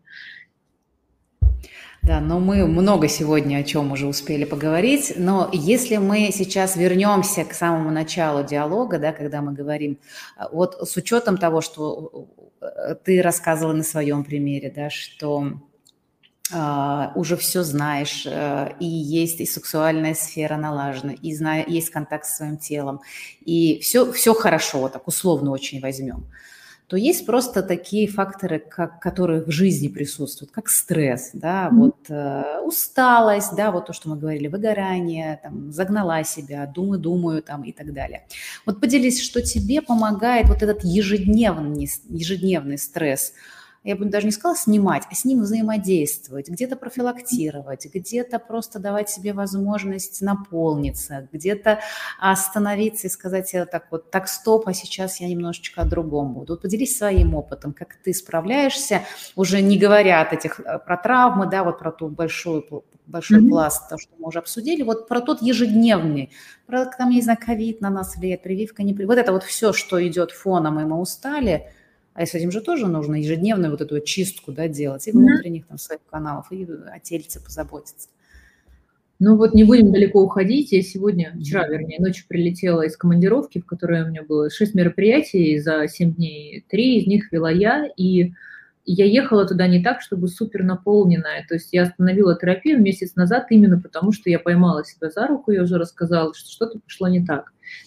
[SPEAKER 1] Да, но мы много сегодня о чем уже успели поговорить, но если мы сейчас вернемся к самому началу диалога, да, когда мы говорим, вот с учетом того, что ты рассказывала на своем примере, да, что уже все знаешь, и есть и сексуальная сфера налажена, и есть контакт с своим телом, и все хорошо, так условно очень возьмем, то есть просто такие факторы, которые в жизни присутствуют, как стресс, да, вот усталость, да, вот то, что мы говорили, выгорание, там, загнала себя, думаю, там, и так далее. Вот поделись, что тебе помогает вот этот ежедневный стресс, я бы даже не сказала снимать, а с ним взаимодействовать, где-то профилактировать, где-то просто давать себе возможность наполниться, где-то остановиться и сказать себе так, стоп, а сейчас я немножечко о другом буду. Вот поделись своим опытом, как ты справляешься, уже не говоря про травмы, да, вот про ту большой пласт, то, что мы уже обсудили, вот про тот ежедневный, про, там, я не знаю, ковид на нас влияет, прививка, не прививка, вот это вот все, что идет фоном, и мы устали. А с этим же тоже нужно ежедневную вот эту чистку, да, делать, и внутренних там своих каналов, и о тельце позаботиться.
[SPEAKER 2] Ну вот не будем далеко уходить. Я вчера, ночью прилетела из командировки, в которой у меня было 6 мероприятий за 7 дней. 3 из них вела я, и я ехала туда не так, чтобы супер наполненная. То есть я остановила терапию месяц назад именно потому, что я поймала себя за руку, я уже рассказала, что что-то пошло не так.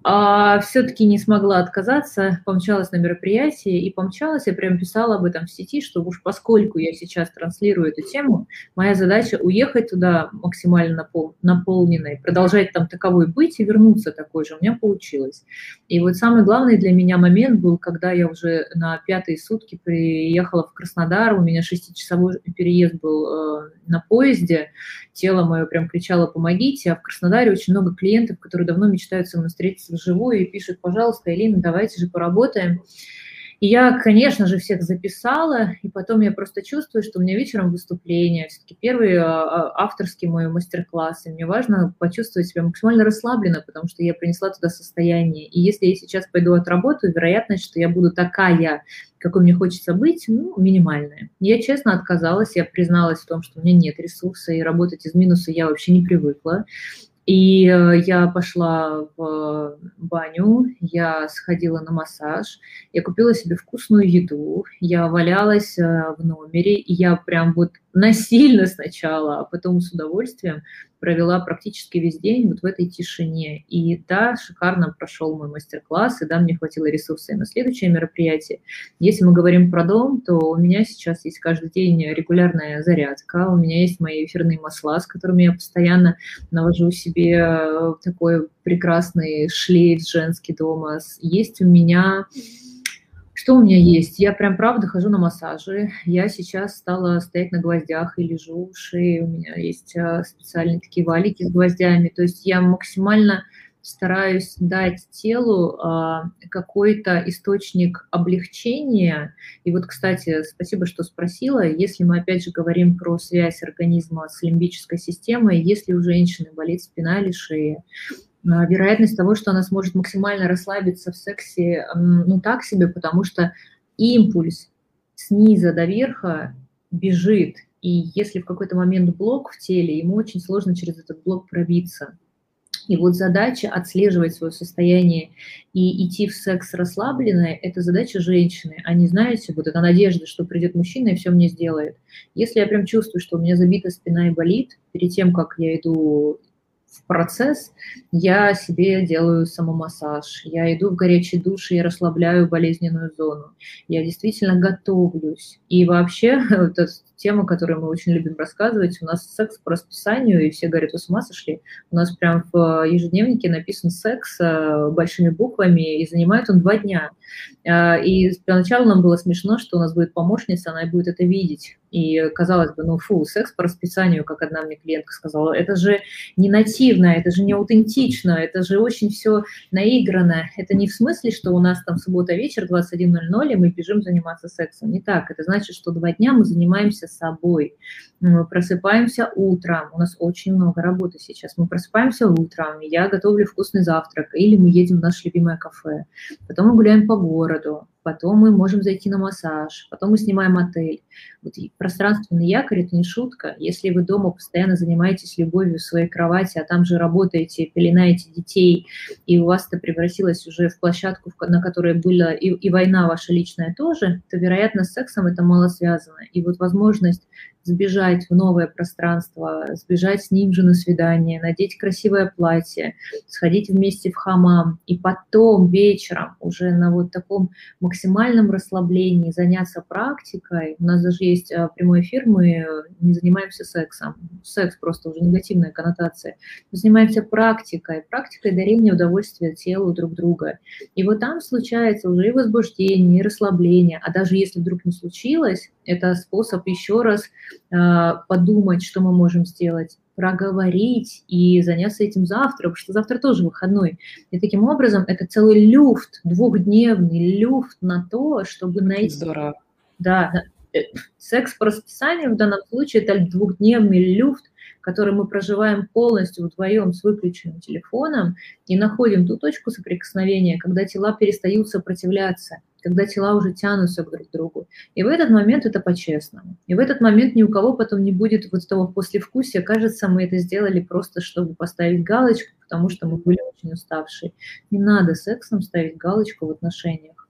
[SPEAKER 2] Все-таки не смогла отказаться, помчалась на мероприятие, и помчалась, я прям писала об этом в сети, что уж поскольку я сейчас транслирую эту тему, моя задача уехать туда максимально наполненной, продолжать там таковой быть и вернуться такой же. У меня получилось. И вот самый главный для меня момент был, когда я уже на 5-е сутки приехала в Краснодар, у меня 6-часовой переезд был на поезде, тело мое прям кричало «помогите», а в Краснодаре очень много клиентов, которые давно мечтают со мной встретиться вживую и пишут «пожалуйста, Элина, давайте же поработаем». И я, конечно же, всех записала, и потом я просто чувствую, что у меня вечером выступление, все-таки первый авторский мой мастер-класс, и мне важно почувствовать себя максимально расслабленно, потому что я принесла туда состояние. И если я сейчас пойду отработаю, вероятность, что я буду такая, какой мне хочется быть, ну, минимальная. Я честно отказалась, я призналась в том, что у меня нет ресурса, и работать из минуса я вообще не привыкла. И я пошла в баню, я сходила на массаж, я купила себе вкусную еду, я валялась в номере, и я прям вот насильно сначала, а потом с удовольствием провела практически весь день вот в этой тишине. И да, шикарно прошел мой мастер-класс, и да, мне хватило ресурса и на следующее мероприятие. Если мы говорим про дом, то у меня сейчас есть каждый день регулярная зарядка, у меня есть мои эфирные масла, с которыми я постоянно навожу себе такой прекрасный шлейф женский дома. Есть у меня... Что у меня есть? Я прям правда хожу на массажи. Я сейчас стала стоять на гвоздях и лежу в шее. У меня есть специальные такие валики с гвоздями. То есть я максимально стараюсь дать телу какой-то источник облегчения. И вот, кстати, спасибо, что спросила. Если мы опять же говорим про связь организма с лимбической системой, если у женщины болит спина или шея, вероятность того, что она сможет максимально расслабиться в сексе, ну, так себе, потому что импульс снизу до верха бежит, и если в какой-то момент блок в теле, ему очень сложно через этот блок пробиться. И вот задача отслеживать свое состояние и идти в секс расслабленной – это задача женщины. А не, знаете, вот эта надежда, что придет мужчина и все мне сделает. Если я прям чувствую, что у меня забита спина и болит, перед тем, как я иду в процесс, я себе делаю самомассаж, я иду в горячий душ и расслабляю болезненную зону. Я действительно готовлюсь. И вообще, это тема, которую мы очень любим рассказывать, у нас секс по расписанию, и все говорят, вы с ума сошли? У нас прям в ежедневнике написан секс большими буквами, и занимает он 2 дня. И поначалу нам было смешно, что у нас будет помощница, она будет это видеть. И казалось бы, ну фу, секс по расписанию, как одна мне клиентка сказала, это же не нативно, это же не аутентично, это же очень все наиграно. Это не в смысле, что у нас там суббота вечер, 21:00, и мы бежим заниматься сексом. Не так. Это значит, что 2 дня мы занимаемся собой. Мы просыпаемся утром. У нас очень много работы сейчас. Мы просыпаемся утром, я готовлю вкусный завтрак, или мы едем в наше любимое кафе. Потом мы гуляем по городу. Потом мы можем зайти на массаж, потом мы снимаем отель. Вот пространственный якорь – это не шутка. Если вы дома постоянно занимаетесь любовью в своей кровати, а там же работаете, пеленаете детей, и у вас это превратилось уже в площадку, на которой была и война ваша личная тоже, то, вероятно, с сексом это мало связано. И вот возможность сбежать в новое пространство, сбежать с ним же на свидание, надеть красивое платье, сходить вместе в хамам, и потом вечером уже на вот таком максимальном расслаблении заняться практикой. У нас даже есть прямой эфир, мы не занимаемся сексом. Секс просто уже негативная коннотация. Мы занимаемся практикой дарения удовольствия телу друг друга. И вот там случается уже и возбуждение, и расслабление. А даже если вдруг не случилось, это способ еще раз подумать, что мы можем сделать, проговорить и заняться этим завтра, потому что завтра тоже выходной. И таким образом это целый люфт, 2-дневный люфт на то, чтобы найти...
[SPEAKER 1] Здорово.
[SPEAKER 2] Да, секс по расписанию в данном случае это 2-дневный люфт, который мы проживаем полностью вдвоем с выключенным телефоном и находим ту точку соприкосновения, когда тела перестают сопротивляться, когда тела уже тянутся друг к другу. И в этот момент это по-честному. И в этот момент ни у кого потом не будет вот того послевкусия. Кажется, мы это сделали просто, чтобы поставить галочку, потому что мы были очень уставшие. Не надо сексом ставить галочку в отношениях.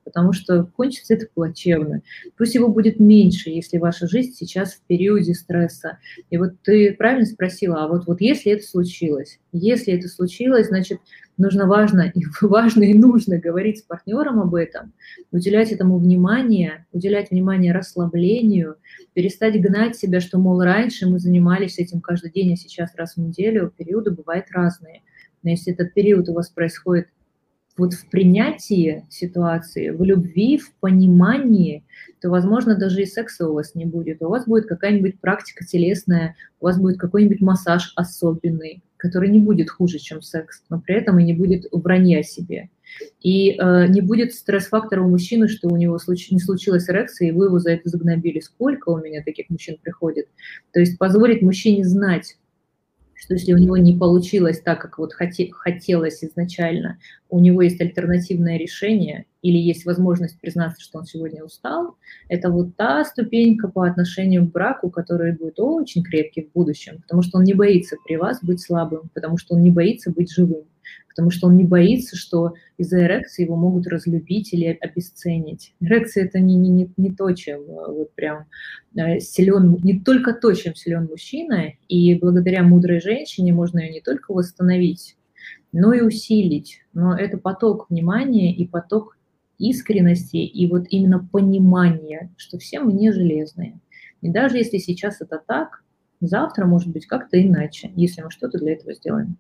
[SPEAKER 2] потому что кончится это плачевно. Пусть его будет меньше, если ваша жизнь сейчас в периоде стресса. И вот ты правильно спросила, а вот если это случилось, значит, важно и нужно говорить с партнером об этом, уделять этому внимание, уделять внимание расслаблению, перестать гнать себя, что, мол, раньше мы занимались этим каждый день, а сейчас раз в неделю. Периоды бывают разные. Но если этот период у вас происходит вот в принятии ситуации, в любви, в понимании, то, возможно, даже и секса у вас не будет. У вас будет какая-нибудь практика телесная, у вас будет какой-нибудь массаж особенный, который не будет хуже, чем секс, но при этом и не будет вранья о себе. И не будет стресс-фактора у мужчины, что у него не случилась эрекция, и вы его за это загнобили. Сколько у меня таких мужчин приходит? То есть позволить мужчине знать, что если у него не получилось так, как вот хотелось изначально, у него есть альтернативное решение или есть возможность признаться, что он сегодня устал, это вот та ступенька по отношению к браку, которая будет очень крепкий в будущем, потому что он не боится при вас быть слабым, потому что он не боится быть живым, потому что он не боится, что из-за эрекции его могут разлюбить или обесценить. Эрекция – это не то, чем вот прям силен, не только то, чем силен мужчина, и благодаря мудрой женщине можно ее не только восстановить, но и усилить. Но это поток внимания и поток искренности, и вот именно понимание, что все мы не железные. И даже если сейчас это так, завтра может быть как-то иначе, если мы что-то для этого сделаем.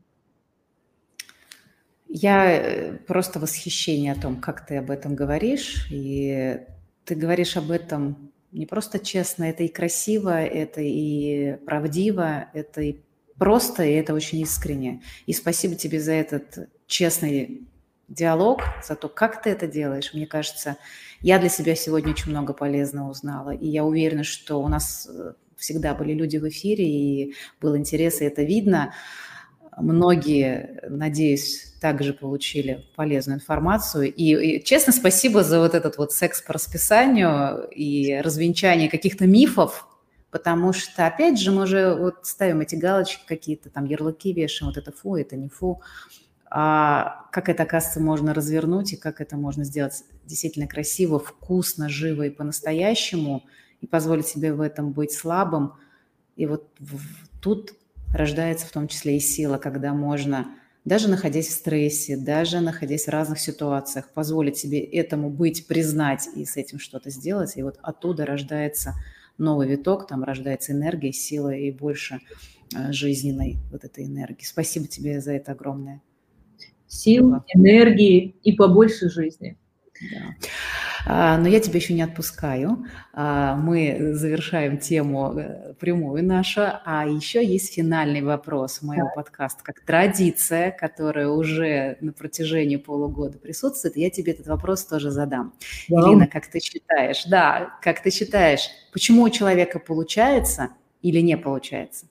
[SPEAKER 1] Я просто в восхищении о том, как ты об этом говоришь, и ты говоришь об этом не просто честно, это и красиво, это и правдиво, это и просто, и это очень искренне. И спасибо тебе за этот честный диалог, за то, как ты это делаешь. Мне кажется, я для себя сегодня очень много полезного узнала, и я уверена, что у нас всегда были люди в эфире, и был интерес, и это видно. Многие, надеюсь, также получили полезную информацию. И честно, спасибо за вот этот вот секс по расписанию и развенчание каких-то мифов, потому что, опять же, мы уже вот ставим эти галочки какие-то, там ярлыки вешаем, вот это фу, это не фу. А как это, оказывается, можно развернуть и как это можно сделать действительно красиво, вкусно, живо и по-настоящему, и позволить себе в этом быть слабым. И вот тут рождается в том числе и сила, когда можно, даже находясь в стрессе, даже находясь в разных ситуациях, позволить себе этому быть, признать и с этим что-то сделать. И вот оттуда рождается новый виток, там рождается энергия, сила и больше жизненной вот этой энергии. Спасибо тебе за это огромное.
[SPEAKER 2] Сил, энергии и побольше жизни.
[SPEAKER 1] Да. Но я тебя еще не отпускаю. Мы завершаем тему прямую нашу. А еще есть финальный вопрос моего подкаста, как традиция, которая уже на протяжении полугода присутствует. Я тебе этот вопрос тоже задам. Да. Ирина, как ты считаешь? Да, как ты считаешь, почему у человека получается или не получается?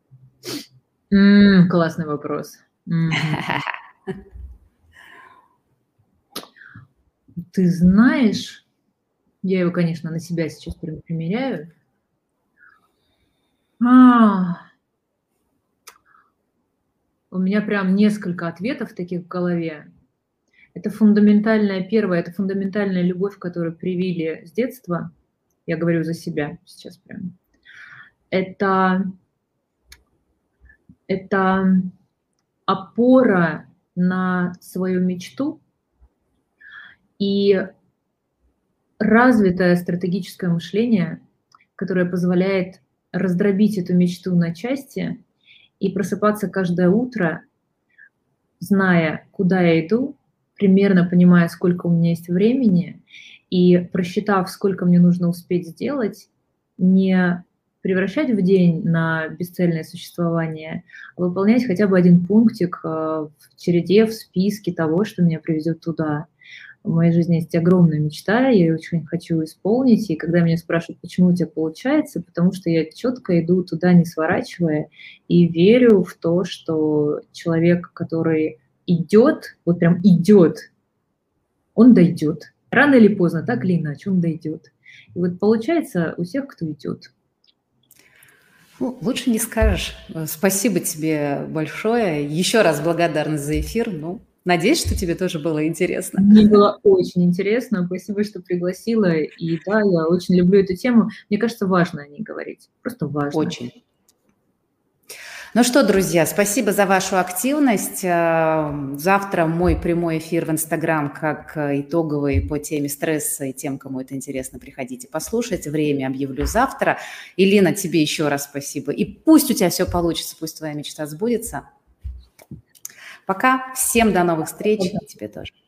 [SPEAKER 2] Классный вопрос. Ты знаешь, я его, конечно, на себя сейчас примеряю. У меня прям несколько ответов таких в голове. Это фундаментальная первая, это фундаментальная любовь, которую привили с детства. Я говорю за себя сейчас прям. Это опора на свою мечту и развитое стратегическое мышление, которое позволяет раздробить эту мечту на части и просыпаться каждое утро, зная, куда я иду, примерно понимая, сколько у меня есть времени, и просчитав, сколько мне нужно успеть сделать, не превращать в день на бесцельное существование, а выполнять хотя бы один пунктик в череде, в списке того, что меня приведет туда. В моей жизни есть огромная мечта, я ее очень хочу исполнить, и когда меня спрашивают, почему у тебя получается, потому что я четко иду туда, не сворачивая, и верю в то, что человек, который идет, вот прям идет, он дойдет. Рано или поздно, так или иначе, он дойдет. И вот получается у всех, кто идет.
[SPEAKER 1] Ну, лучше не скажешь. Спасибо тебе большое. Еще раз благодарна за эфир. Ну, Надеюсь, что тебе тоже было интересно.
[SPEAKER 2] Мне было очень интересно. Спасибо, что пригласила. И да, я очень люблю эту тему. Мне кажется, важно о ней говорить. Просто важно.
[SPEAKER 1] Очень. Ну что, друзья, спасибо за вашу активность. Завтра мой прямой эфир в Инстаграм как итоговый по теме стресса, и тем, кому это интересно, приходите послушать. Время объявлю завтра. Элина, тебе еще раз спасибо. И пусть у тебя все получится, пусть твоя мечта сбудется. Пока. Всем до новых встреч. И тебе тоже.